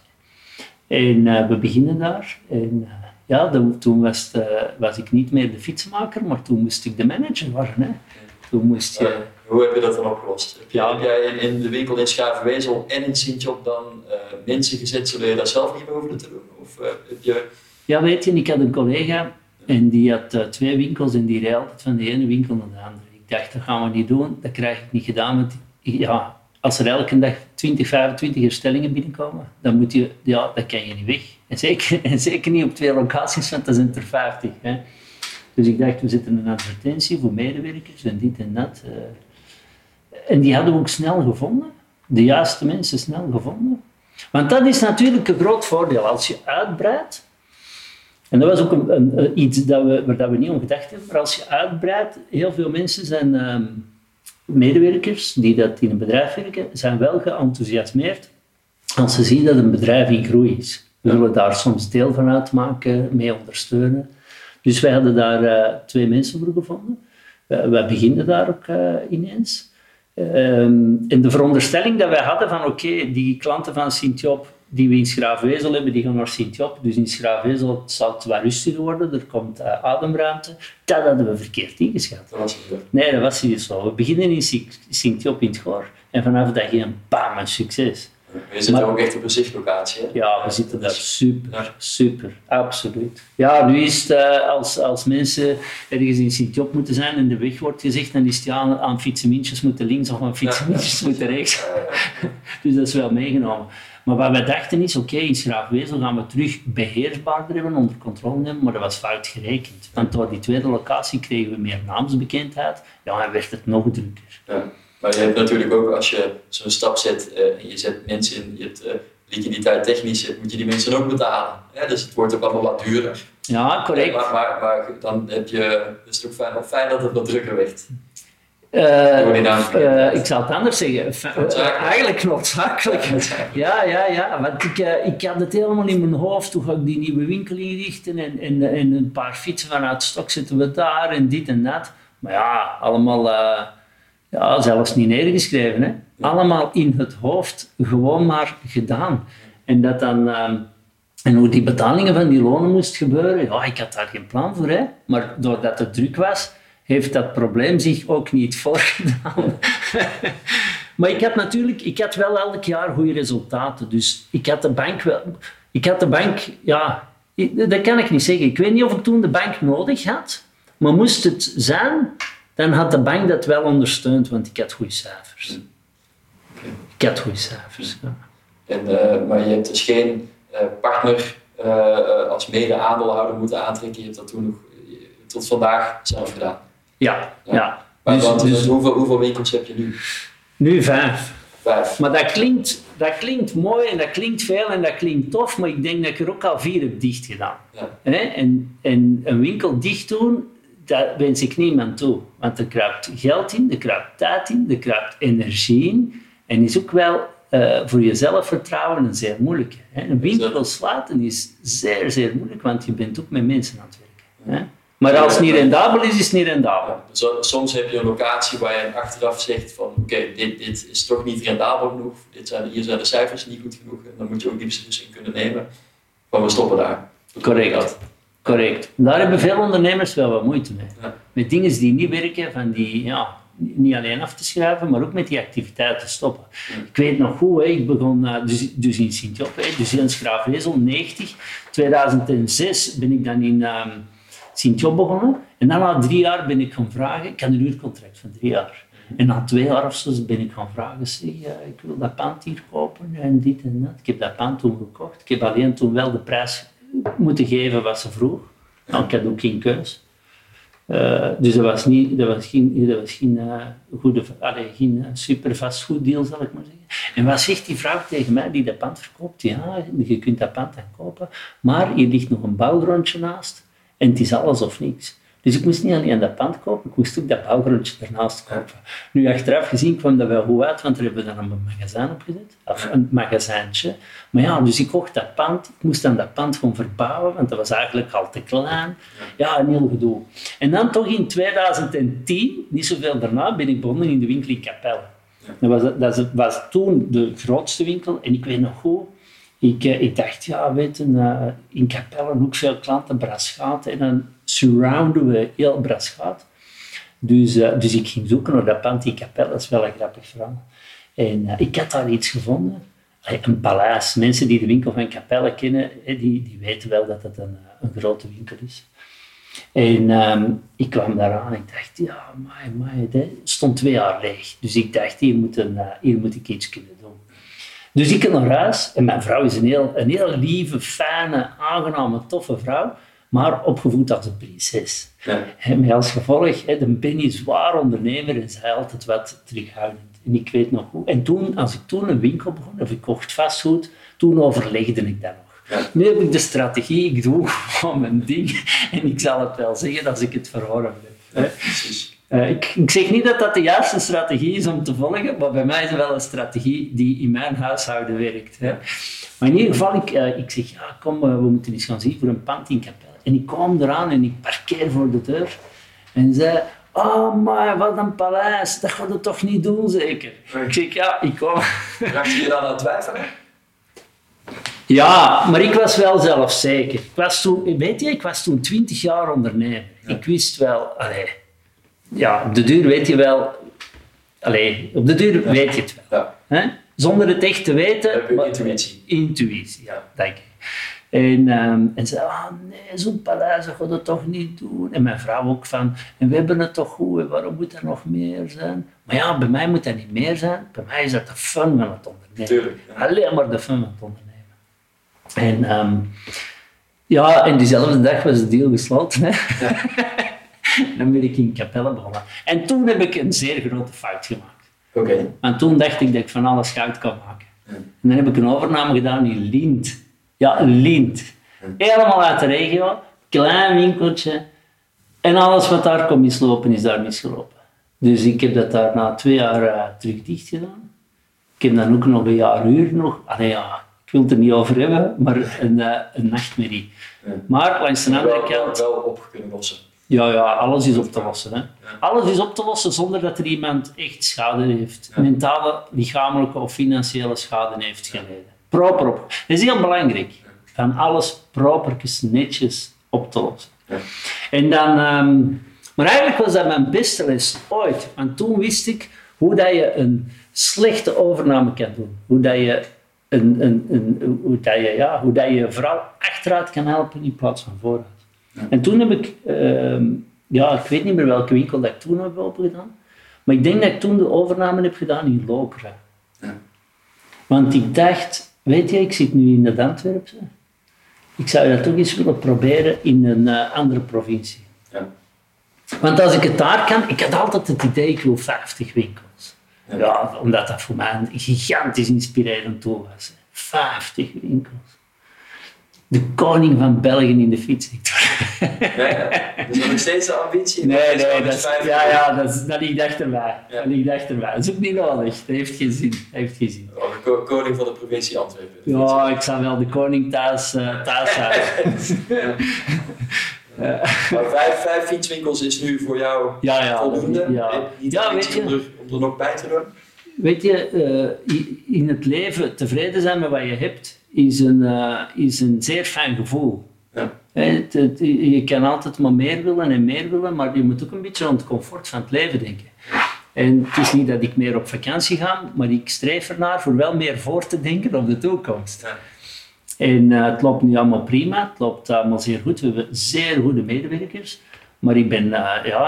En we beginnen daar. En toen was ik niet meer de fietsenmaker, maar toen moest ik de manager worden. Hè. Toen moest je... Hoe heb je dat dan opgelost? Heb jij in de winkel in Schraafwezel en in Sint-Job dan mensen gezet, zodat je daar zelf niet meer hoefde te doen? Of heb je... Ja, weet je, ik had een collega en die had 2 winkels en die reed altijd van de ene winkel naar de andere. Ik dacht, dat gaan we niet doen, dat krijg ik niet gedaan. Want als er elke dag 20, 25 herstellingen binnenkomen, dan moet je, dat kan je niet weg. En zeker niet op 2 locaties, want dat zijn er 50. Hè. Dus ik dacht, we zetten een advertentie voor medewerkers en dit en dat. En die hadden we ook snel gevonden. De juiste mensen snel gevonden. Want dat is natuurlijk een groot voordeel. Als je uitbreidt, en dat was ook iets waar we niet om gedacht hebben, maar als je uitbreidt, heel veel mensen zijn medewerkers die dat in een bedrijf werken, zijn wel geenthousiasmeerd als ze zien dat een bedrijf in groei is. We willen daar soms deel van uitmaken, mee ondersteunen. Dus wij hadden daar 2 mensen voor gevonden. Wij beginnen daar ook ineens. En de veronderstelling dat wij hadden van die klanten van Sint-Job die we in Schraafwezel hebben, die gaan naar Sint-Job. Dus in Schraafwezel zal het wat rustiger worden, er komt ademruimte. Dat hadden we verkeerd ingeschat. Nee, dat was niet zo. We beginnen in Sint-Job in het Goor en vanaf dat geen bam, een succes. Je zit ook echt op een zichtlocatie, hè? Ja, we zitten daar super, absoluut. Ja, nu is het als mensen ergens in Sint-Job moeten zijn en de weg wordt gezegd, dan is het aan fietsenmintjes moeten links of aan fietsenmintjes moeten rechts. Dus dat is wel meegenomen. Maar wat wij dachten is, in Schraafwezel gaan we terug beheersbaarder hebben, onder controle hebben, maar dat was fout gerekend. Want door die tweede locatie kregen we meer naamsbekendheid, en werd het nog drukker. Ja. Maar je hebt natuurlijk ook, als je zo'n stap zet en je zet mensen in, je hebt liquiditeit technisch, moet je die mensen ook betalen. Ja, dus het wordt ook allemaal wat duurder. Ja, correct. Maar dan is het ook fijn dat het wat drukker werd. Ik zal het anders zeggen. Eigenlijk noodzakelijk. Ja. Want ik had het helemaal in mijn hoofd. Toen ga ik die nieuwe winkel inrichten en een paar fietsen vanuit stok zetten we daar en dit en dat. Maar allemaal... zelfs niet neergeschreven. Hè. Allemaal in het hoofd, gewoon maar gedaan. En dat dan... en hoe die betalingen van die lonen moest gebeuren, ik had daar geen plan voor. Hè. Maar doordat het druk was, heeft dat probleem zich ook niet voorgedaan. Maar ik had wel elk jaar goede resultaten. Dus ik had de bank wel... dat kan ik niet zeggen. Ik weet niet of ik toen de bank nodig had. Maar moest het zijn... dan had de bank dat wel ondersteund, want ik had goede cijfers. Ik had goede cijfers, ja. Maar je hebt dus geen partner als mede-aandeelhouder moeten aantrekken. Je hebt dat toen nog tot vandaag zelf gedaan. Ja. Maar dus hoeveel winkels heb je nu? Nu 5. 5. Maar dat klinkt mooi en dat klinkt veel en dat klinkt tof, maar ik denk dat ik er ook al 4 heb dicht gedaan. Ja. En een winkel dicht doen, dat wens ik niemand toe. Want er kruipt geld in, er kruipt tijd in, er kruipt energie in. En is ook wel voor je zelfvertrouwen een zeer moeilijke. Een winkel sluiten is zeer, zeer moeilijk, want je bent ook met mensen aan het werken. Maar als het niet rendabel is, is het niet rendabel. Ja, dus soms heb je een locatie waar je achteraf zegt van oké, dit is toch niet rendabel genoeg. Hier zijn de cijfers niet goed genoeg. En dan moet je ook die beslissing kunnen nemen van we stoppen daar. Correct. Daar hebben veel ondernemers wel wat moeite mee. Ja. Met dingen die niet werken, van die niet alleen af te schrijven, maar ook met die activiteiten te stoppen. Ja. Ik weet nog goed, ik begon dus in Sint-Job, dus in Schraafwezel, 90. 2006 ben ik dan in Sint-Job begonnen. En dan na 3 jaar ben ik gaan vragen, ik had een huurcontract van 3 jaar. En na 2 jaar of zo ben ik gaan vragen, zeg, ik wil dat pand hier kopen en dit en dat. Ik heb dat pand toen gekocht. Ik heb alleen toen wel de prijs moeten geven wat ze vroeg. Nou, ik had ook geen keus. Dus dat was geen super vastgoeddeal, zal ik maar zeggen. En wat zegt die vrouw tegen mij die dat pand verkoopt? Ja, je kunt dat pand dan kopen, maar hier ligt nog een bouwgrondje naast en het is alles of niks. Dus ik moest niet alleen dat pand kopen, ik moest ook dat bouwgrondje ernaast kopen. Nu, achteraf gezien kwam dat wel goed uit, want daar hebben we dan een magazijn opgezet, of een magazijntje. Maar ja, dus ik kocht dat pand, ik moest dan dat pand gewoon verbouwen, want dat was eigenlijk al te klein. Ja, een heel gedoe. En dan toch in 2010, niet zoveel daarna, ben ik begonnen in de winkel in Capelle. Dat was toen de grootste winkel en ik weet nog goed, ik dacht, ja, weet je, in Capelle ook veel klanten, Braschaat, en dan surrounden we heel Braschaat. Dus ik ging zoeken naar dat pand in Capelle, dat is wel een grappig verhaal. En ik had daar iets gevonden, een paleis. Mensen die de winkel van Capelle kennen, die weten wel dat het een grote winkel is. En ik kwam daaraan en ik dacht, ja, het stond 2 jaar leeg. Dus ik dacht, hier moet ik iets kunnen doen. Dus ik ging naar huis en mijn vrouw is een heel lieve, fijne, aangename, toffe vrouw, maar opgevoed als een prinses. Ja. En met als gevolg, de Ben is zwaar ondernemer en zij altijd wat terughoudend. En ik weet nog hoe. En als ik toen een winkel begon, of ik kocht vastgoed, toen overlegde ik dat nog. Ja. Nu heb ik de strategie, ik doe gewoon mijn ding en ik zal het wel zeggen als ik het verworven heb. Ja, precies. Ik zeg niet dat dat de juiste strategie is om te volgen, maar bij mij is het wel een strategie die in mijn huishouden werkt. Hè. Maar in ieder geval, ik zeg, ja, kom, we moeten eens gaan zien voor een pand in Capelle. En ik kwam eraan en ik parkeer voor de deur en zei, oh maar wat een paleis, dat gaat het toch niet doen zeker? Ik zeg, ja, ik kom. Raakte je dan aan het twijfelen? Ja, maar ik was wel zelfzeker. Ik was toen 20 jaar ondernemer. Ja. Ik wist wel, ja, op de duur weet je wel... op de duur weet je het wel. Ja. Hè? Zonder het echt te weten... Heb je intuïtie. Intuïtie, ja, denk ik. En zei, nee, zo'n paleis, dat gaat het toch niet doen. En mijn vrouw ook van, en we hebben het toch goed, en waarom moet er nog meer zijn? Maar ja, bij mij moet dat niet meer zijn. Bij mij is dat de fun van het ondernemen. Tuurlijk, ja. Alleen maar de fun van het ondernemen. En diezelfde dag was de deal gesloten. Hè? Ja. Dan ben ik in Capelle begonnen. En toen heb ik een zeer grote fout gemaakt. Okay. Want toen dacht ik dat ik van alles goud kon maken. Ja. En dan heb ik een overname gedaan in Lint. Ja, Lint. Ja. Helemaal uit de regio. Klein winkeltje. En alles wat daar kon mislopen, is daar misgelopen. Dus ik heb dat daar na 2 jaar terug dicht gedaan. Ik heb dan ook nog een jaar huur nog. Ik wil het er niet over hebben, maar een nachtmerrie. Ja. Maar langs de andere kant... Wel op kunnen lossen. Ja, alles is op te lossen. Hè. Ja. Alles is op te lossen zonder dat er iemand echt schade heeft. Ja. Mentale, lichamelijke of financiële schade heeft geleden. Proper op. Dat is heel belangrijk. Ja. Van alles propertjes, netjes op te lossen. Ja. En dan... maar eigenlijk was dat mijn beste les ooit. Want toen wist ik hoe dat je een slechte overname kan doen. Hoe dat je vooral achteruit kan helpen in plaats van vooruit. Ja. En toen heb ik, ik weet niet meer welke winkel dat ik toen heb opengedaan, maar ik denk dat ik toen de overname heb gedaan in Lokeren. Ja. Want ik dacht, weet je, ik zit nu in het Antwerpse. Ik zou dat toch eens willen proberen in een andere provincie. Ja. Want als ik het daar kan, ik had altijd het idee, ik wil 50 winkels. Ja, omdat dat voor mij een gigantisch inspirerend doel was. 50 winkels. De koning van België in de fietssector. Dus nog steeds de ambitie? Nee, dat ligt achterbij. Ja. Dat ligt achterbij. Dat is ook niet nodig. Dat heeft geen zin. De koning van de provincie Antwerpen. Ja, ik zou wel de koning thuis houden. Maar 5 fietswinkels is nu voor jou voldoende? Niet ambitie om er nog bij te doen? Weet je, in het leven tevreden zijn met wat je hebt, is een zeer fijn gevoel. Ja. Je kan altijd maar meer willen, maar je moet ook een beetje aan het comfort van het leven denken. En het is niet dat ik meer op vakantie ga, maar ik streef ernaar voor wel meer voor te denken op de toekomst. Ja. En het loopt nu allemaal prima, het loopt allemaal zeer goed. We hebben zeer goede medewerkers. Maar ik ben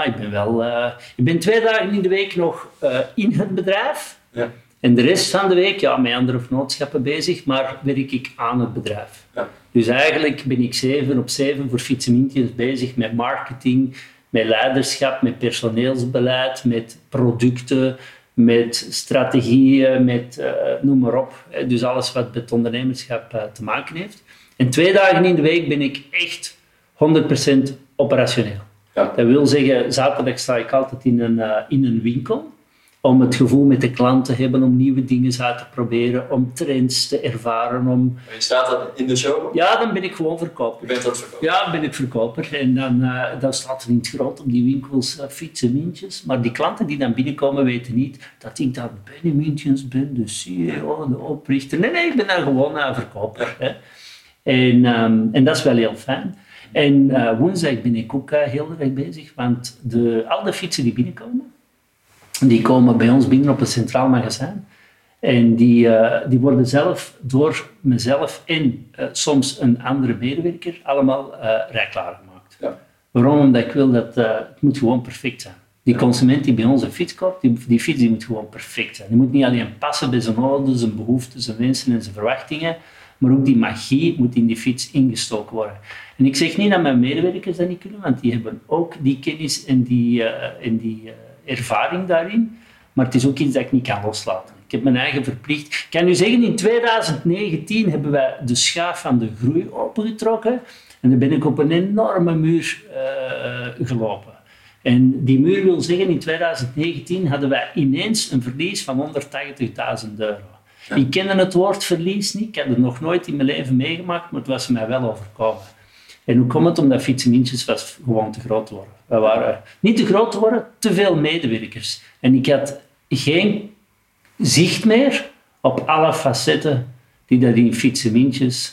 2 dagen in de week nog in het bedrijf. Ja. En de rest van de week met andere vennootschappen bezig, maar werk ik aan het bedrijf. Ja. Dus eigenlijk ben ik 7/7 voor Fietsenmintjes bezig met marketing, met leiderschap, met personeelsbeleid, met producten, met strategieën, met noem maar op. Dus alles wat met ondernemerschap te maken heeft. En 2 dagen in de week ben ik echt 100% operationeel. Ja. Dat wil zeggen, zaterdag sta ik altijd in een winkel om het gevoel met de klant te hebben, om nieuwe dingen uit te proberen, om trends te ervaren. Je staat dan in de show? Ja, dan ben ik gewoon verkoper. Je bent dat verkoper? Ja, ben ik verkoper. En dan staat er in het groot op die winkels Fietsenmintjes. Maar die klanten die dan binnenkomen weten niet dat ik dan Benny Mintjes ben, de CEO, de oprichter. Nee, ik ben dan gewoon verkoper. Ja. Hè. En dat is wel heel fijn. En woensdag ben ik ook heel erg bezig, want al de fietsen die binnenkomen, die komen bij ons binnen op een centraal magazijn. En die worden zelf door mezelf en soms een andere medewerker allemaal rijklaar gemaakt. Ja. Waarom? Omdat ik wil dat het moet gewoon perfect zijn. Die consument die bij ons een fiets koopt, die fiets die moet gewoon perfect zijn. Die moet niet alleen passen bij zijn noden, zijn behoeften, zijn wensen en zijn verwachtingen, maar ook die magie moet in die fiets ingestoken worden. En ik zeg niet dat mijn medewerkers dat niet kunnen, want die hebben ook die kennis en die ervaring daarin. Maar het is ook iets dat ik niet kan loslaten. Ik heb mijn eigen verplicht. Ik kan u zeggen, in 2019 hebben wij de schaaf van de groei opengetrokken. En dan ben ik op een enorme muur gelopen. En die muur wil zeggen, in 2019 hadden wij ineens een verlies van €180.000. Ja. Ik kende het woord verlies niet. Ik had het nog nooit in mijn leven meegemaakt, maar het was mij wel overkomen. En hoe komt het? Omdat Fietsenmintjes was gewoon te groot te worden. We waren niet te groot te worden, te veel medewerkers. En ik had geen zicht meer op alle facetten die dat in Fietsenmintjes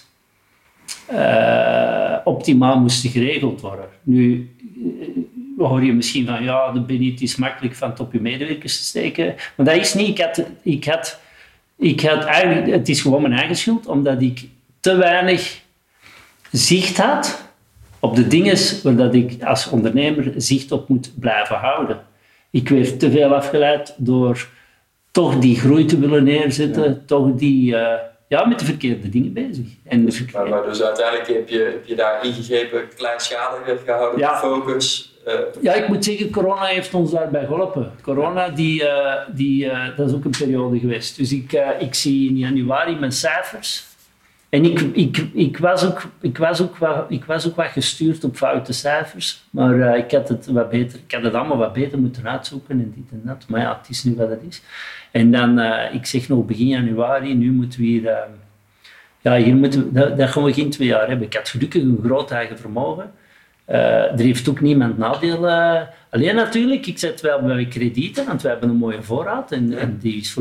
optimaal moesten geregeld worden. Nu hoor je misschien van, ja, dat ben niet iets makkelijk van het op je medewerkers te steken. Maar dat is niet. Ik had eigenlijk, het is gewoon mijn eigen schuld, omdat ik te weinig zicht had op de dingen waar dat ik als ondernemer zicht op moet blijven houden. Ik werd te veel afgeleid door toch die groei te willen neerzetten, toch met de verkeerde dingen bezig. Maar dus uiteindelijk heb je daar ingegrepen, kleinschaliger gehouden, focus. Ja, ik moet zeggen, corona heeft ons daarbij geholpen. Corona, dat is ook een periode geweest. Dus ik zie in januari mijn cijfers. En ik was ook wat gestuurd op foute cijfers, maar ik had het allemaal wat beter moeten uitzoeken en dit en dat. Maar ja, het is nu wat het is. En dan, ik zeg nog begin januari, nu moeten we hier... dat gaan we geen 2 jaar hebben. Ik had gelukkig een groot eigen vermogen. Er heeft ook niemand nadeel. Alleen natuurlijk, ik zet wel bij kredieten, want we hebben een mooie voorraad en die is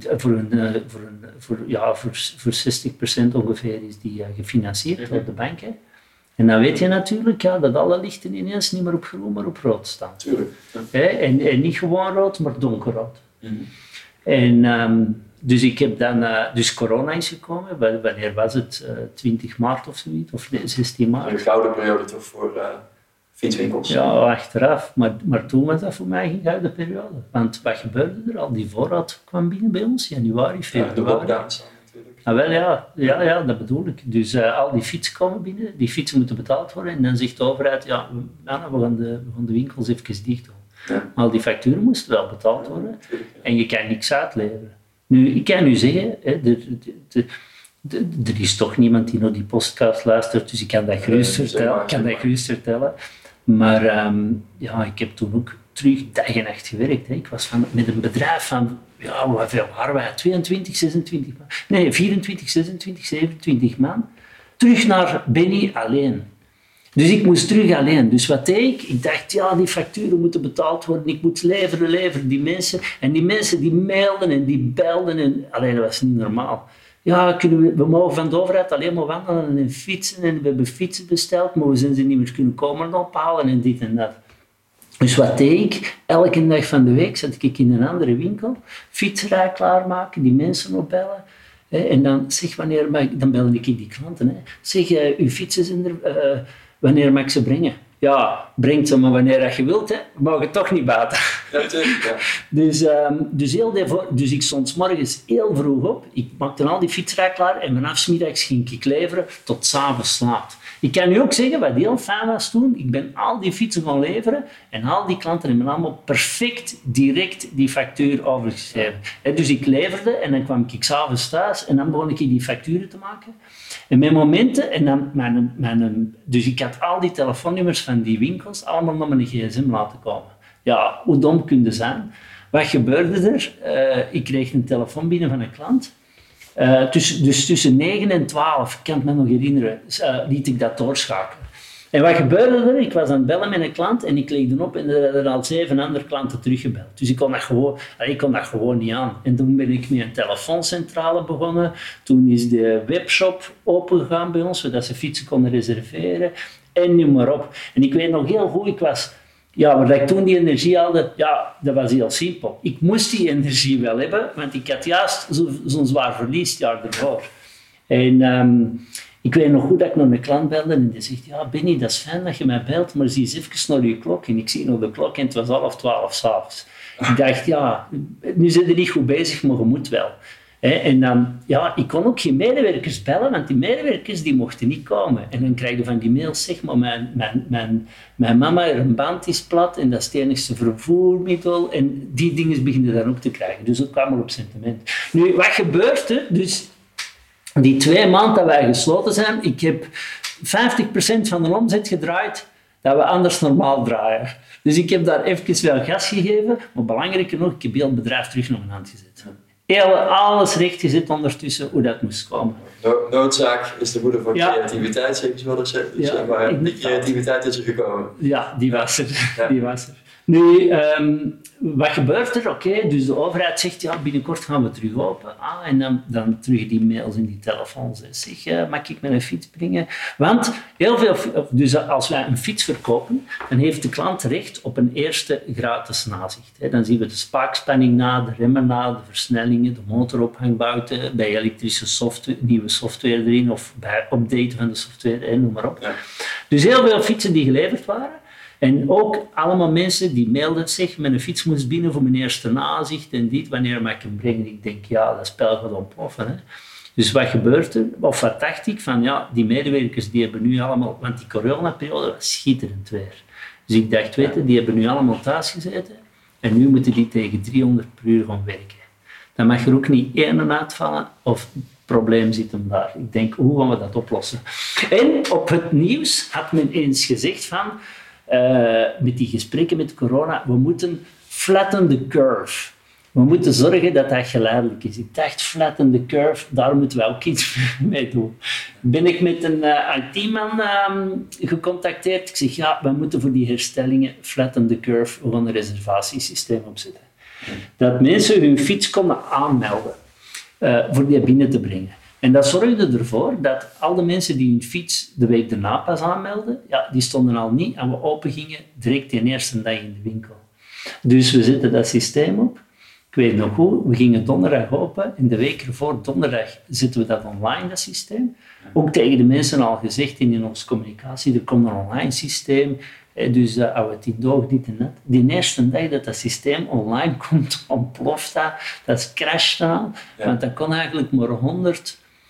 voor 60% ongeveer is die gefinancierd door de banken. En dan weet je natuurlijk dat alle lichten ineens niet meer op groen, maar op rood staan. Tuurlijk. Ja. En niet gewoon rood, maar donkerrood. Mm-hmm. En dus ik heb dan, dus corona is gekomen. Wanneer was het? 20 maart of zoiets, of 16 maart. Een gouden periode toch voor fietswinkels? Ja, achteraf. Maar toen was dat voor mij geen gouden periode. Want wat gebeurde er al? Die voorraad kwam binnen bij ons, januari, februari. Ja, de lockdowns dan natuurlijk. Wel, ja, dat bedoel ik. Dus al die fietsen komen binnen, die fietsen moeten betaald worden en dan zegt de overheid, we gaan de winkels even dicht doen. Ja. Maar al die facturen moesten wel betaald worden en je kan niks uitleveren. Nu, ik kan u zeggen, er is toch niemand die naar die podcast luistert, dus ik kan dat gerust vertellen. Maar ik heb toen ook terug dag en nacht gewerkt. Hè. Ik was met een bedrijf van, hoeveel waren wij? 22, 26 man? Nee, 24, 26, 27 man. Terug naar Benny alleen. Dus ik moest terug alleen. Dus wat deed ik? Ik dacht, die facturen moeten betaald worden. Ik moet leveren, die mensen. En die mensen die mailden en die belden. Dat was niet normaal. Ja, we mogen van de overheid alleen maar wandelen en fietsen. En we hebben fietsen besteld, maar we zijn ze niet meer kunnen komen ophalen en dit en dat. Dus wat deed ik? Elke dag van de week zat ik in een andere winkel. Fietsrij klaarmaken, die mensen opbellen. En dan dan belde ik die klanten. Hè. Zeg, uw fietsen zijn er... wanneer mag ik ze brengen? Ja, breng ze maar wanneer je wilt, hè. Mag het toch niet baten. Ja, natuurlijk, ja. Dus ik stond 's morgens heel vroeg op. Ik maakte al die fietsrij klaar en vanaf 's middags ging ik leveren tot 's avonds laat. Ik kan nu ook zeggen, wat heel fijn was toen, ik ben al die fietsen gaan leveren en al die klanten hebben allemaal perfect direct die factuur overgeschreven. Dus ik leverde en dan kwam ik 's avonds thuis en dan begon ik die facturen te maken. En met momenten, en dan dus ik had al die telefoonnummers van die winkels allemaal naar mijn gsm laten komen. Ja, hoe dom kun je zijn? Wat gebeurde er? Ik kreeg een telefoon binnen van een klant. Dus tussen 9 en 12, ik kan het me nog herinneren, liet ik dat doorschakelen. En wat gebeurde er? Ik was aan het bellen met een klant en ik legde op en er hadden al 7 andere klanten teruggebeld. Dus ik kon dat gewoon niet aan. En toen ben ik met een telefooncentrale begonnen. Toen is de webshop opengegaan bij ons, zodat ze fietsen konden reserveren. En noem maar op. En ik weet nog heel goed, waar ik toen die energie haalde, dat was heel simpel. Ik moest die energie wel hebben, want ik had juist zo'n zwaar verliesjaar ervoor. En ik weet nog goed dat ik naar een klant belde en die zegt, Benny, dat is fijn dat je mij belt, maar zie eens even naar je klok. En ik zie naar de klok en het was 11:30 s'avonds. Ik dacht, nu zit je niet goed bezig, maar je moet wel. En dan, ik kon ook geen medewerkers bellen, want die medewerkers die mochten niet komen. En dan krijg je van die mails, zeg maar, mijn mama, een band is plat en dat is het enigste vervoermiddel. En die dingen beginnen dan ook te krijgen. Dus dat kwam er op sentiment. Nu, wat gebeurt er? Dus die 2 maanden dat wij gesloten zijn, ik heb 50% van de omzet gedraaid dat we anders normaal draaien. Dus ik heb daar even wel gas gegeven, maar belangrijker nog, ik heb heel het bedrijf terug naar mijn hand gezet. Alles recht gezet ondertussen hoe dat moest komen. Noodzaak is de moeder van creativiteit, zeg je wel eens. Dus maar die creativiteit is er gekomen. Ja, die was er. Ja. Die was er. Nu, wat gebeurt er? Oké, dus de overheid zegt, binnenkort gaan we terug open. En dan terug die mails en die telefoons. Zeg, mag ik met een fiets brengen? Want heel veel, dus als wij een fiets verkopen, dan heeft de klant recht op een eerste gratis nazicht. Dan zien we de spaakspanning na, de remmen na, de versnellingen, de motoropgang buiten, bij elektrische software, nieuwe software erin of bij updaten van de software, noem maar op. Ja. Dus heel veel fietsen die geleverd waren. En ook allemaal mensen die mailden zich, mijn fiets moest binnen voor mijn eerste nazicht en dit, wanneer mag ik hem brengen? Ik denk, dat spel gaat ontploffen. Hè. Dus wat gebeurt er? Of wat dacht ik? Van die medewerkers die hebben nu allemaal, want die coronaperiode was schitterend weer. Dus ik dacht, die hebben nu allemaal thuis gezeten en nu moeten die tegen 300 per uur gaan werken. Dan mag er ook niet één uitvallen of het probleem zit hem daar. Ik denk, hoe gaan we dat oplossen? En op het nieuws had men eens gezegd van, met die gesprekken met corona, we moeten flatten the curve. We moeten zorgen dat dat geleidelijk is. Ik dacht, flatten the curve, daar moeten we ook iets mee doen. Ben ik met een IT-man gecontacteerd. Ik zeg, we moeten voor die herstellingen flatten the curve, we gaan een reservatiesysteem opzetten. Dat mensen hun fiets konden aanmelden voor die binnen te brengen. En dat zorgde ervoor dat al de mensen die hun fiets de week daarna pas aanmelden, die stonden al niet en we open gingen direct de eerste dag in de winkel. Dus we zetten dat systeem op. Ik weet nog hoe, we gingen donderdag open en de week ervoor, donderdag, zetten we dat online, dat systeem. Ook tegen de mensen al gezegd in onze communicatie, er komt een online systeem, dus als het in doog dit en dat. Die eerste dag dat dat systeem online komt, ontploft dat crasht dan, want dat kon eigenlijk maar 100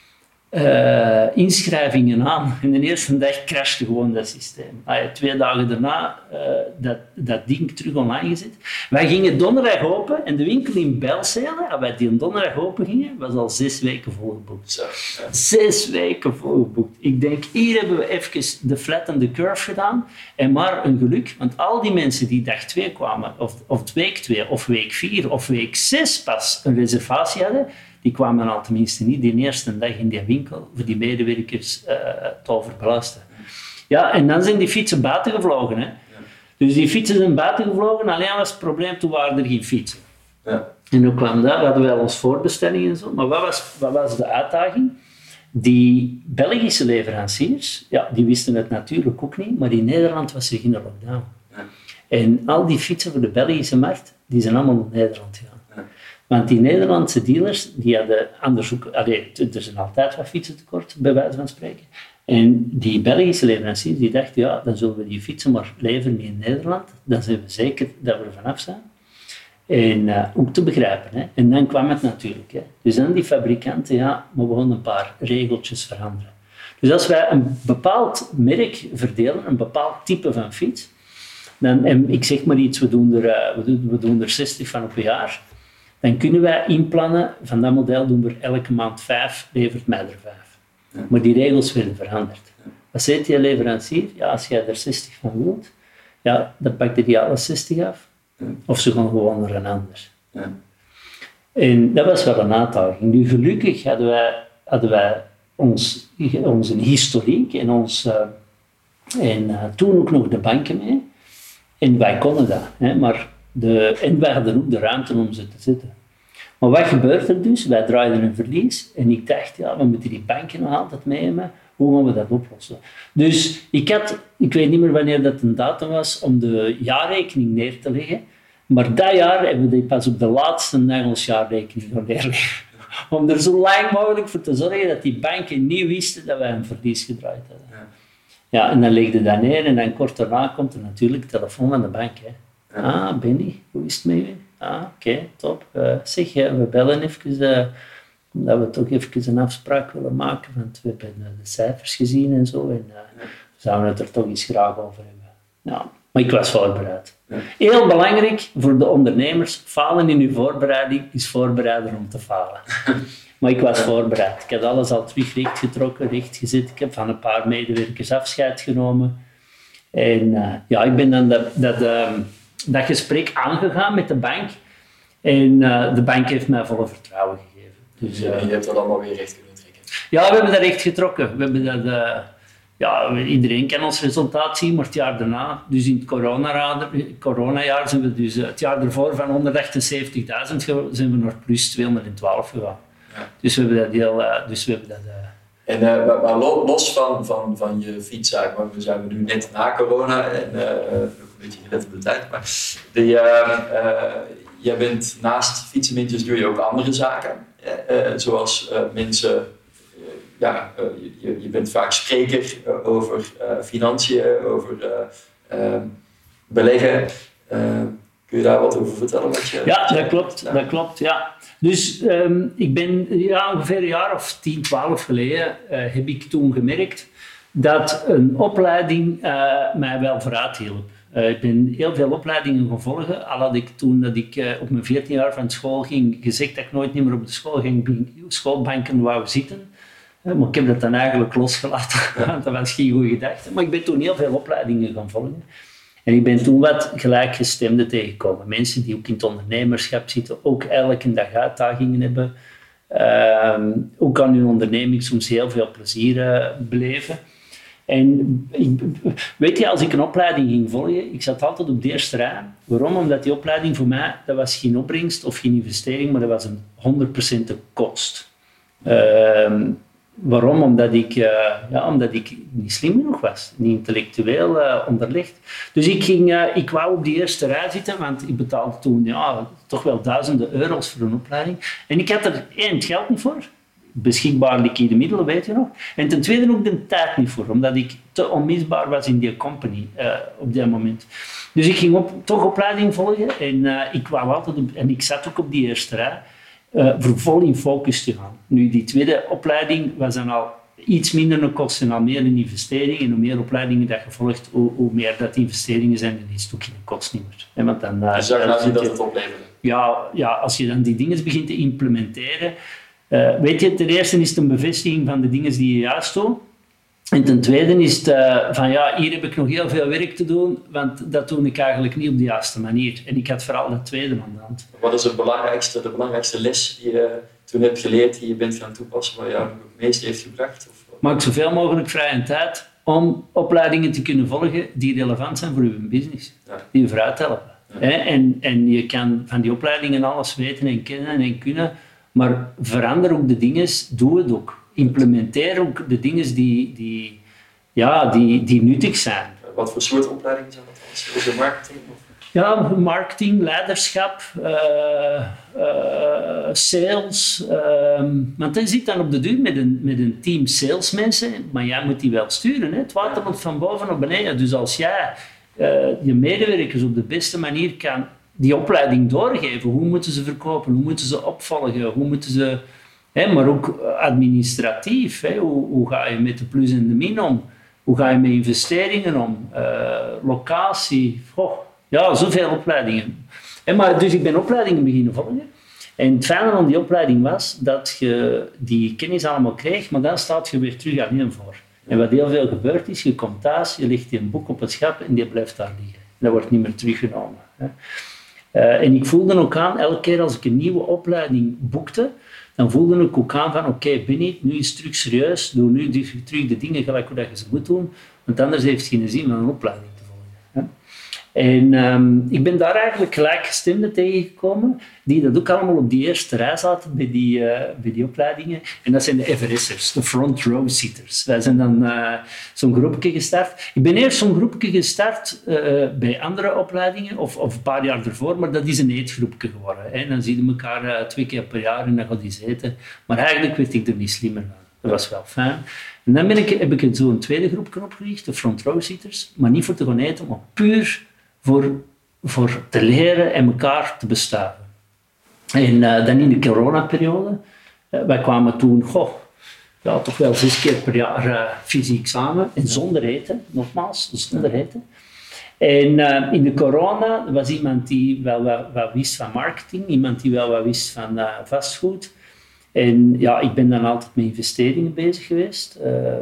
inschrijvingen aan. En de eerste dag crashte gewoon dat systeem. 2 dagen daarna dat ding terug online gezet. Wij gingen donderdag open en de winkel in Bijlsele, als wij die donderdag open gingen, was al 6 weken volgeboekt. Zo, ja. 6 weken volgeboekt. Ik denk, hier hebben we even de flatten the curve gedaan. En maar een geluk, want al die mensen die dag 2 kwamen, of week 2, of week 4, of week 6 pas een reservatie hadden, die kwamen al tenminste niet die eerste dag in die winkel voor die medewerkers te overbelasten. Ja, en dan zijn die fietsen buiten gevlogen. Hè. Ja. Dus die fietsen zijn buiten gevlogen, alleen was het probleem, toen waren er geen fietsen. Ja. En hoe kwam dat? We hadden wel ons voorbestellingen en zo, maar wat was de uitdaging? Die Belgische leveranciers, ja, die wisten het natuurlijk ook niet, maar in Nederland was er geen lockdown. Ja. En al die fietsen voor de Belgische markt, die zijn allemaal naar Nederland gegaan. Ja. Want die Nederlandse dealers, die hadden anders ook... er zijn altijd wat fietsen tekort, bij wijze van spreken. En die Belgische leveranciers, die dachten, ja, dan zullen we die fietsen maar leveren in Nederland. Dan zijn we zeker dat we er vanaf zijn. En ook te begrijpen. Hè. En dan kwam het natuurlijk. Hè. Dus dan die fabrikanten, ja, maar we gaan een paar regeltjes veranderen. Dus als wij een bepaald merk verdelen, een bepaald type van fiets, dan, en ik zeg maar iets, we doen er 60 van op een jaar, dan kunnen wij inplannen, van dat model doen we er elke maand 5, levert mij er 5. Ja. Maar die regels werden veranderd. Ja. Wat zegt die leverancier? Ja, als jij er 60 van wilt, ja, dan pakt hij alle 60 af. Ja. Of ze gaan gewoon naar een ander. Ja. En dat was wel een uitdaging. Nu, gelukkig hadden wij onze historiek en toen ook nog de banken mee. En wij konden dat. Hè, maar en wij hadden ook de ruimte om ze te zetten. Maar wat gebeurt er dus? Wij draaiden een verlies. En ik dacht, ja, we moeten die banken nog altijd meenemen. Hoe gaan we dat oplossen? Dus ik weet niet meer wanneer dat een datum was, om de jaarrekening neer te leggen. Maar dat jaar hebben we pas op de laatste dag ons jaarrekening gaan neerleggen. Om er zo lang mogelijk voor te zorgen dat die banken niet wisten dat wij een verlies gedraaid hadden. Ja, en dan legde dat neer en dan kort daarna komt er natuurlijk telefoon aan de bank. Hè. Ah, Benny, hoe is het met je? Ah, oké, top. Zeg, we bellen even, omdat we toch even een afspraak willen maken, want we hebben de cijfers gezien en zo, en zouden we het er toch eens graag over hebben. Ja, maar ik was voorbereid. Ja. Heel belangrijk voor de ondernemers, falen in uw voorbereiding is voorbereider om te falen. Maar ik was voorbereid. Ik had alles al terug rechtgetrokken, rechtgezet. Ik heb van een paar medewerkers afscheid genomen. En ik ben dan dat gesprek aangegaan met de bank. En de bank heeft mij volle vertrouwen gegeven. Dus, je hebt dat allemaal weer recht kunnen trekken? Ja, we hebben dat recht getrokken. We hebben dat, iedereen kan ons resultaat zien, maar het jaar daarna, dus in het coronajaar, zijn we dus het jaar ervoor van 178.000 zijn we naar plus 212 gegaan. Ja. Dus we hebben dat En maar los van je fietszaak, want we zijn nu net na corona en een beetje gelet op de tijd, maar jij bent naast fietsenmintjes doe je ook andere zaken, zoals mensen, je bent vaak spreker over financiën, over beleggen. Kun je daar wat over vertellen? Ja, dat klopt. Ja. Dus ik ben ongeveer een jaar of 10, 12 geleden heb ik toen gemerkt dat een opleiding mij wel vooruit hielp. Ik ben heel veel opleidingen gaan volgen. Al had ik toen dat ik op mijn 14 jaar van school ging gezegd dat ik nooit meer op de schoolbanken wou zitten. Maar ik heb dat dan eigenlijk losgelaten, want dat was geen goede gedachte. Maar ik ben toen heel veel opleidingen gaan volgen. En ik ben toen wat gelijkgestemden tegengekomen. Mensen die ook in het ondernemerschap zitten, ook elke dag uitdagingen hebben. Ook aan hun onderneming soms heel veel plezier beleven. En weet je, als ik een opleiding ging volgen, ik zat altijd op de eerste rij. Waarom? Omdat die opleiding voor mij, dat was geen opbrengst of geen investering, maar dat was een 100% kost. Waarom? Omdat ik niet slim genoeg was, niet intellectueel onderlegd. Dus ik wou op die eerste rij zitten, want ik betaalde toen toch wel duizenden euro's voor een opleiding. En ik had er het geld niet voor. Beschikbaar liquide middelen, weet je nog. En ten tweede ook de tijd niet voor, omdat ik te onmisbaar was in die company op dat moment. Dus ik ging toch opleiding volgen en ik wou altijd en ik zat ook op die eerste rij. voor vol in focus te gaan. Nu, die tweede opleiding was dan al iets minder een kost en al meer een investering. En hoe meer opleidingen dat je volgt, hoe meer dat investeringen zijn. En die is ook geen kost niet meer. Want dan, je zag nou niet dat het opleverde. Ja, als je dan die dingen begint te implementeren. Weet je, ten eerste is het een bevestiging van de dingen die je juist doet. En ten tweede is het van hier heb ik nog heel veel werk te doen, want dat doe ik eigenlijk niet op de juiste manier. En ik had vooral dat tweede aan de hand. Wat is de belangrijkste les die je toen hebt geleerd, die je bent gaan toepassen, wat jou het meest heeft gebracht? Maak zoveel mogelijk vrije tijd om opleidingen te kunnen volgen die relevant zijn voor uw business, die je vooruit helpen. Ja. En je kan van die opleidingen alles weten en kennen en kunnen, maar verander ook de dingen, doe het ook. Implementeer ook de dingen die nuttig zijn. Wat voor soort opleidingen zijn dat? Is het marketing? Ja, marketing, leiderschap, sales. Want je zit dan op de duur met een team salesmensen, maar jij moet die wel sturen. Hè? Het water moet van boven naar beneden. Dus als jij je medewerkers op de beste manier kan die opleiding doorgeven, hoe moeten ze verkopen, hoe moeten ze opvolgen, hoe moeten ze... maar ook administratief. Hoe ga je met de plus en de min om? Hoe ga je met investeringen om? Locatie. Zoveel opleidingen. Dus ik ben opleidingen beginnen volgen. En het fijne aan die opleiding was dat je die kennis allemaal kreeg, maar dan staat je weer terug aan één voor. En wat heel veel gebeurt is, je komt thuis, je legt een boek op het schap en die blijft daar liggen. En dat wordt niet meer teruggenomen. En ik voelde ook aan, elke keer als ik een nieuwe opleiding boekte, dan voelde ik ook aan van oké, Benny, nu is het terug serieus, doe nu terug de dingen gelijk hoe dat je ze moet doen, want anders heeft het geen zin om een opleiding te volgen. En ik ben daar eigenlijk gelijkgestemden tegengekomen, die dat ook allemaal op die eerste rij zaten bij die opleidingen. En dat zijn de FRS'ers, de front row sitters. Wij zijn dan zo'n groepje gestart. Ik ben eerst zo'n groepje gestart bij andere opleidingen, of een paar jaar ervoor, maar dat is een eetgroepje geworden. Hè. Dan zien we elkaar 2 keer per jaar en dan gaat die eten. Maar eigenlijk werd ik er niet slimmer van. Dat was wel fijn. En dan heb ik zo'n tweede groepje opgericht, de front row sitters, maar niet voor te gaan eten, maar puur voor te leren en elkaar te bestuiven. En dan in de coronaperiode, wij kwamen toen toch wel 6 keer per jaar fysiek samen en zonder eten, nogmaals, zonder eten. En in de corona was iemand die wel wat wist van marketing, iemand die wel wat wist van vastgoed. En ik ben dan altijd met investeringen bezig geweest,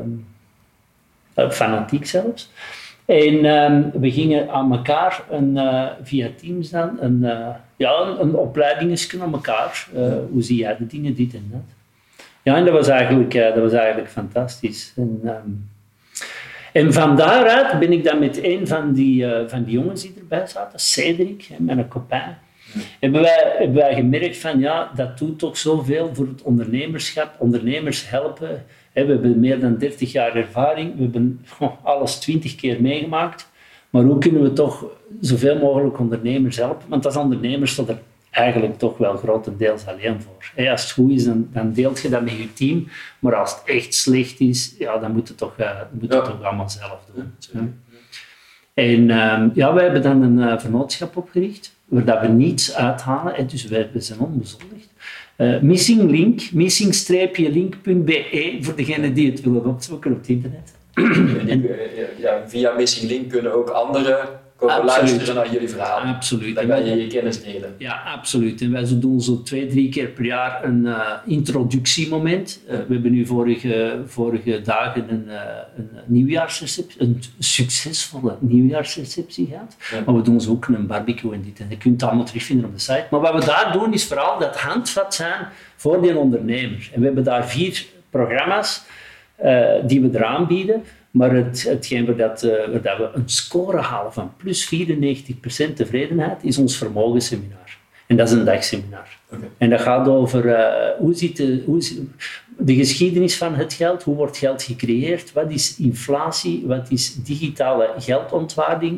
fanatiek zelfs. En we gingen aan elkaar via Teams dan een opleidingsje aan elkaar. Hoe zie jij de dingen, dit en dat. Ja, en dat was eigenlijk fantastisch. En van daaruit ben ik dan met een van die jongens die erbij zaten, Cedric, mijn copain, hebben wij gemerkt van dat doet toch zoveel voor het ondernemerschap, ondernemers helpen. We hebben meer dan 30 jaar ervaring, we hebben alles 20 keer meegemaakt. Maar hoe kunnen we toch zoveel mogelijk ondernemers helpen? Want als ondernemer staat er eigenlijk toch wel grotendeels alleen voor. Als het goed is, dan deelt je dat met je team. Maar als het echt slecht is, dan moet je het toch allemaal zelf doen. En we hebben dan een vennootschap opgericht, waar we niets uithalen. Dus we zijn onbezoldigd. Missing link, missing-link.be voor degenen die het willen opzoeken op het internet. Via Missing Link kunnen ook anderen komen luisteren naar jullie verhaal. Absoluut. Dan kan je kennis delen. Ja, absoluut. En wij doen zo 2-3 keer per jaar een introductiemoment. We hebben nu vorige dagen een nieuwjaarsreceptie, een succesvolle nieuwjaarsreceptie gehad. Ja. Maar we doen zo ook een barbecue en dit. En je kunt het allemaal terugvinden op de site. Maar wat we daar doen is vooral dat handvat zijn voor die ondernemer. En we hebben daar 4 programma's die we eraan bieden. Maar hetgeen waar we een score halen van plus 94% tevredenheid, is ons vermogensseminar. En dat is een dagseminar. Okay. En dat gaat over hoe zit de geschiedenis van het geld, hoe wordt geld gecreëerd, wat is inflatie, wat is digitale geldontwaarding,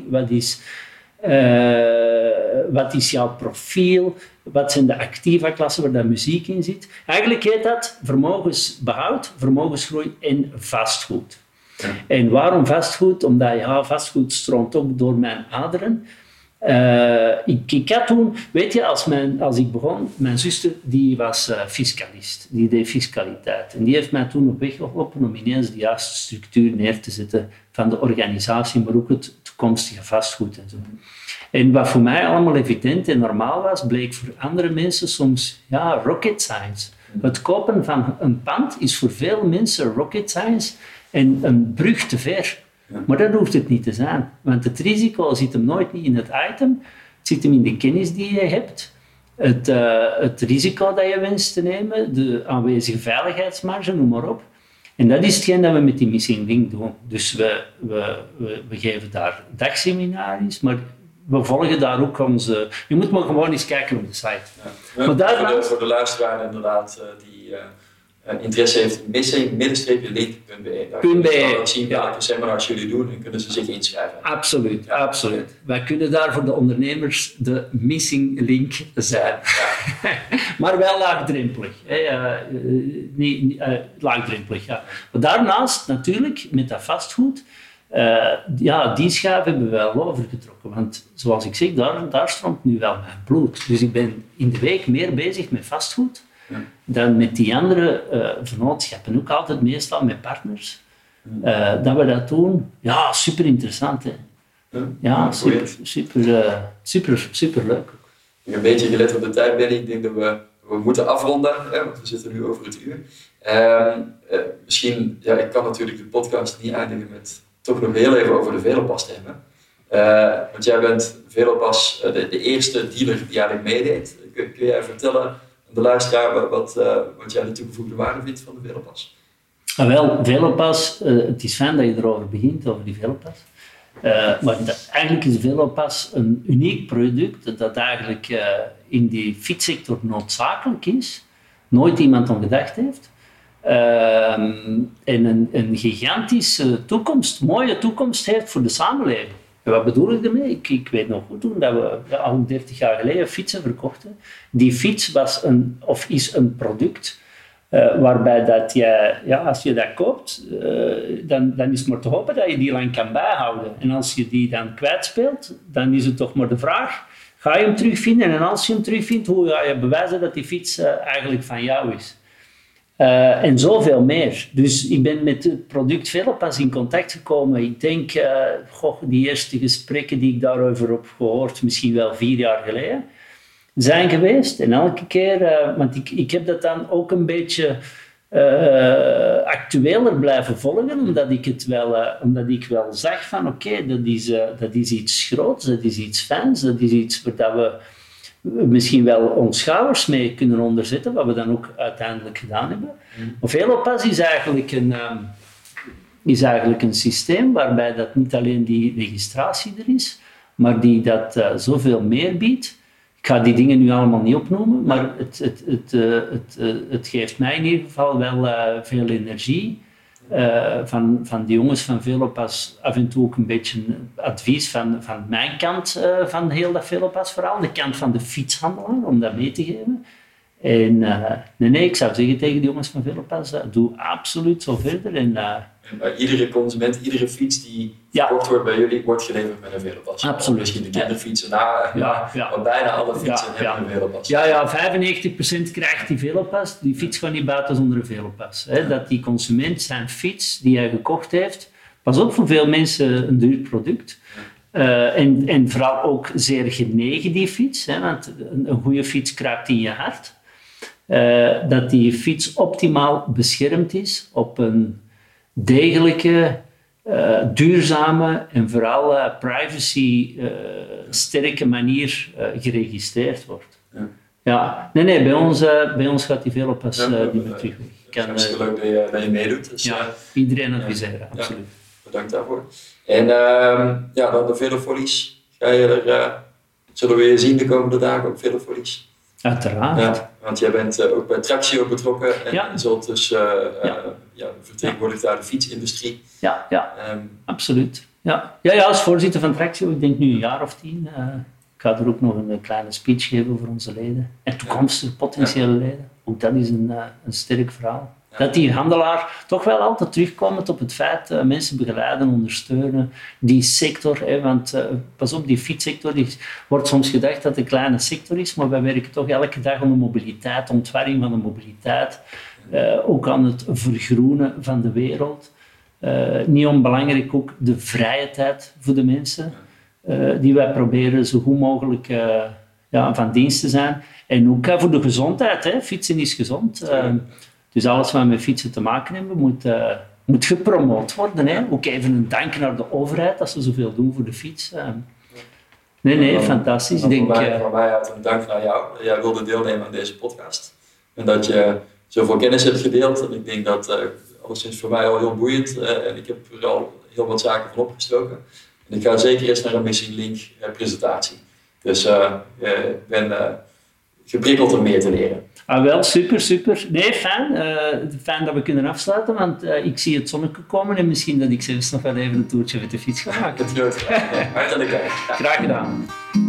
wat is jouw profiel, wat zijn de activa klassen waar dat muziek in zit. Eigenlijk heet dat vermogensbehoud, vermogensgroei en vastgoed. Ja. En waarom vastgoed? Omdat vastgoed stroomt ook door mijn aderen. Ik had toen, weet je, als ik begon, mijn zuster die was fiscalist, die deed fiscaliteit. En die heeft mij toen op weg geholpen om ineens de juiste structuur neer te zetten van de organisatie, maar ook het toekomstige vastgoed en zo. En wat voor mij allemaal evident en normaal was, bleek voor andere mensen soms rocket science. Het kopen van een pand is voor veel mensen rocket science en een brug te ver. Maar dat hoeft het niet te zijn. Want het risico zit hem nooit niet in het item. Het zit hem in de kennis die je hebt. Het risico dat je wenst te nemen. De aanwezige veiligheidsmarge, noem maar op. En dat is hetgeen dat we met die Missing Link doen. Dus we geven daar dagseminaries, maar we volgen daar ook onze... Je moet maar gewoon eens kijken op de site. Ja. Maar voor de luisteraar inderdaad die interesse heeft in missing-link.be. Daar kunnen ze dan ook zien welke seminars jullie doen en kunnen ze zich inschrijven. Absoluut, absoluut. Wij kunnen daar voor de ondernemers de Missing Link zijn. Ja. Maar wel laagdrempelig. Laagdrempelig, ja. Maar daarnaast natuurlijk, met dat vastgoed, die schuif hebben we wel overgetrokken. Want zoals ik zeg, daar stroomt nu wel mijn bloed. Dus ik ben in de week meer bezig met vastgoed dan met die andere vennootschappen. Ook altijd meestal met partners. Dat we dat doen, super interessant. Hè. Super leuk. Ik heb een beetje gelet op de tijd, Benny. Ik denk dat we moeten afronden, want we zitten nu over het uur. Misschien, ik kan natuurlijk de podcast niet eindigen met toch nog heel even over de Velopas te hebben. Want jij bent Velopas de eerste dealer die eigenlijk meedeed. Kun jij vertellen aan de luisteraar wat jij de toegevoegde waarde vindt van de Velopas? Wel, Velopas, het is fijn dat je erover begint, over die Velopas. Maar eigenlijk is Velopas een uniek product dat eigenlijk in die fietssector noodzakelijk is. Nooit iemand aan gedacht heeft. En een gigantische toekomst, mooie toekomst heeft voor de samenleving. En wat bedoel ik daarmee? Ik weet nog goed toen dat we al 30 jaar geleden fietsen verkochten. Die fiets is een product waarbij dat als je dat koopt, dan is het maar te hopen dat je die lang kan bijhouden. En als je die dan kwijtspeelt, dan is het toch maar de vraag, ga je hem terugvinden? En als je hem terugvindt, hoe ga je bewijzen dat die fiets eigenlijk van jou is? En zoveel meer. Dus ik ben met het product Velopas in contact gekomen. Ik denk, die eerste gesprekken die ik daarover heb gehoord, misschien wel 4 jaar geleden, zijn geweest. En elke keer, want ik heb dat dan ook een beetje actueler blijven volgen, omdat ik wel zag van oké, dat is iets groots, dat is iets fijns, dat is iets waar we misschien wel ons schouders mee kunnen onderzetten, wat we dan ook uiteindelijk gedaan hebben. Maar Velopas is eigenlijk een systeem waarbij dat niet alleen die registratie er is, maar die dat zoveel meer biedt. Ik ga die dingen nu allemaal niet opnoemen, maar het geeft mij in ieder geval wel veel energie. Van die jongens van Velopas af en toe ook een beetje advies van mijn kant van heel dat Velopas-verhaal, de kant van de fietshandelaar, om dat mee te geven. En nee, ik zou zeggen tegen de jongens van Velopas, doe absoluut zo verder. En iedere consument, iedere fiets die verkocht wordt bij jullie, wordt geleverd met een Velopas. Absoluut. Misschien de kinderfietsen, maar bijna alle fietsen hebben een Velopas. Ja, 95% krijgt die Velopas. Die fiets gaat niet buiten zonder een Velopas. Dat die consument zijn fiets die hij gekocht heeft, pas op, voor veel mensen een duur product. En vooral ook zeer genegen die fiets, want een goede fiets kruipt in je hart. Dat die fiets optimaal beschermd is op een degelijke, duurzame en vooral privacy-sterke manier geregistreerd wordt. Nee, bij ons gaat die Velopas niet meer terug. Het is leuk dat je meedoet. Dus, iedereen adviseren, absoluut. Bedankt daarvoor. En dan de Velofolies. Zullen we je zien de komende dagen op Velofolies? Uiteraard. Ja, want jij bent ook bij Traxio betrokken en je zult dus vertegenwoordigd daar de fietsindustrie. Absoluut. Als voorzitter van Traxio, ik denk nu een jaar of 10. Ik ga er ook nog een kleine speech geven voor onze leden en toekomstige potentiële leden. Ook dat is een sterk verhaal. Dat die handelaar toch wel altijd terugkomt op het feit mensen begeleiden, ondersteunen. Die sector, want pas op, die fietssector wordt soms gedacht dat het een kleine sector is, maar wij werken toch elke dag aan de mobiliteit, ontwarring van de mobiliteit. Ook aan het vergroenen van de wereld. Niet onbelangrijk ook de vrije tijd voor de mensen. Die wij proberen zo goed mogelijk van dienst te zijn. En ook voor de gezondheid. Hè. Fietsen is gezond. Dus alles wat met fietsen te maken hebben, moet gepromoot worden. Hè. Ook even een dank naar de overheid dat ze zoveel doen voor de fiets. Nee, fantastisch. Van mij uit een dank naar jou. Dat jij wilde deelnemen aan deze podcast. En dat je zoveel kennis hebt gedeeld. En ik denk dat alleszins voor mij al heel boeiend. En ik heb er al heel wat zaken van opgestoken. En ik ga zeker eens naar een Missing Link presentatie. Dus ik ben geprikkeld om meer te leren. Wel, super. Nee, fijn dat we kunnen afsluiten, want ik zie het zonnetje komen en misschien dat ik zelfs nog wel even een toertje met de fiets ga maken. Dat is goed. Hartelijk dank. Graag gedaan.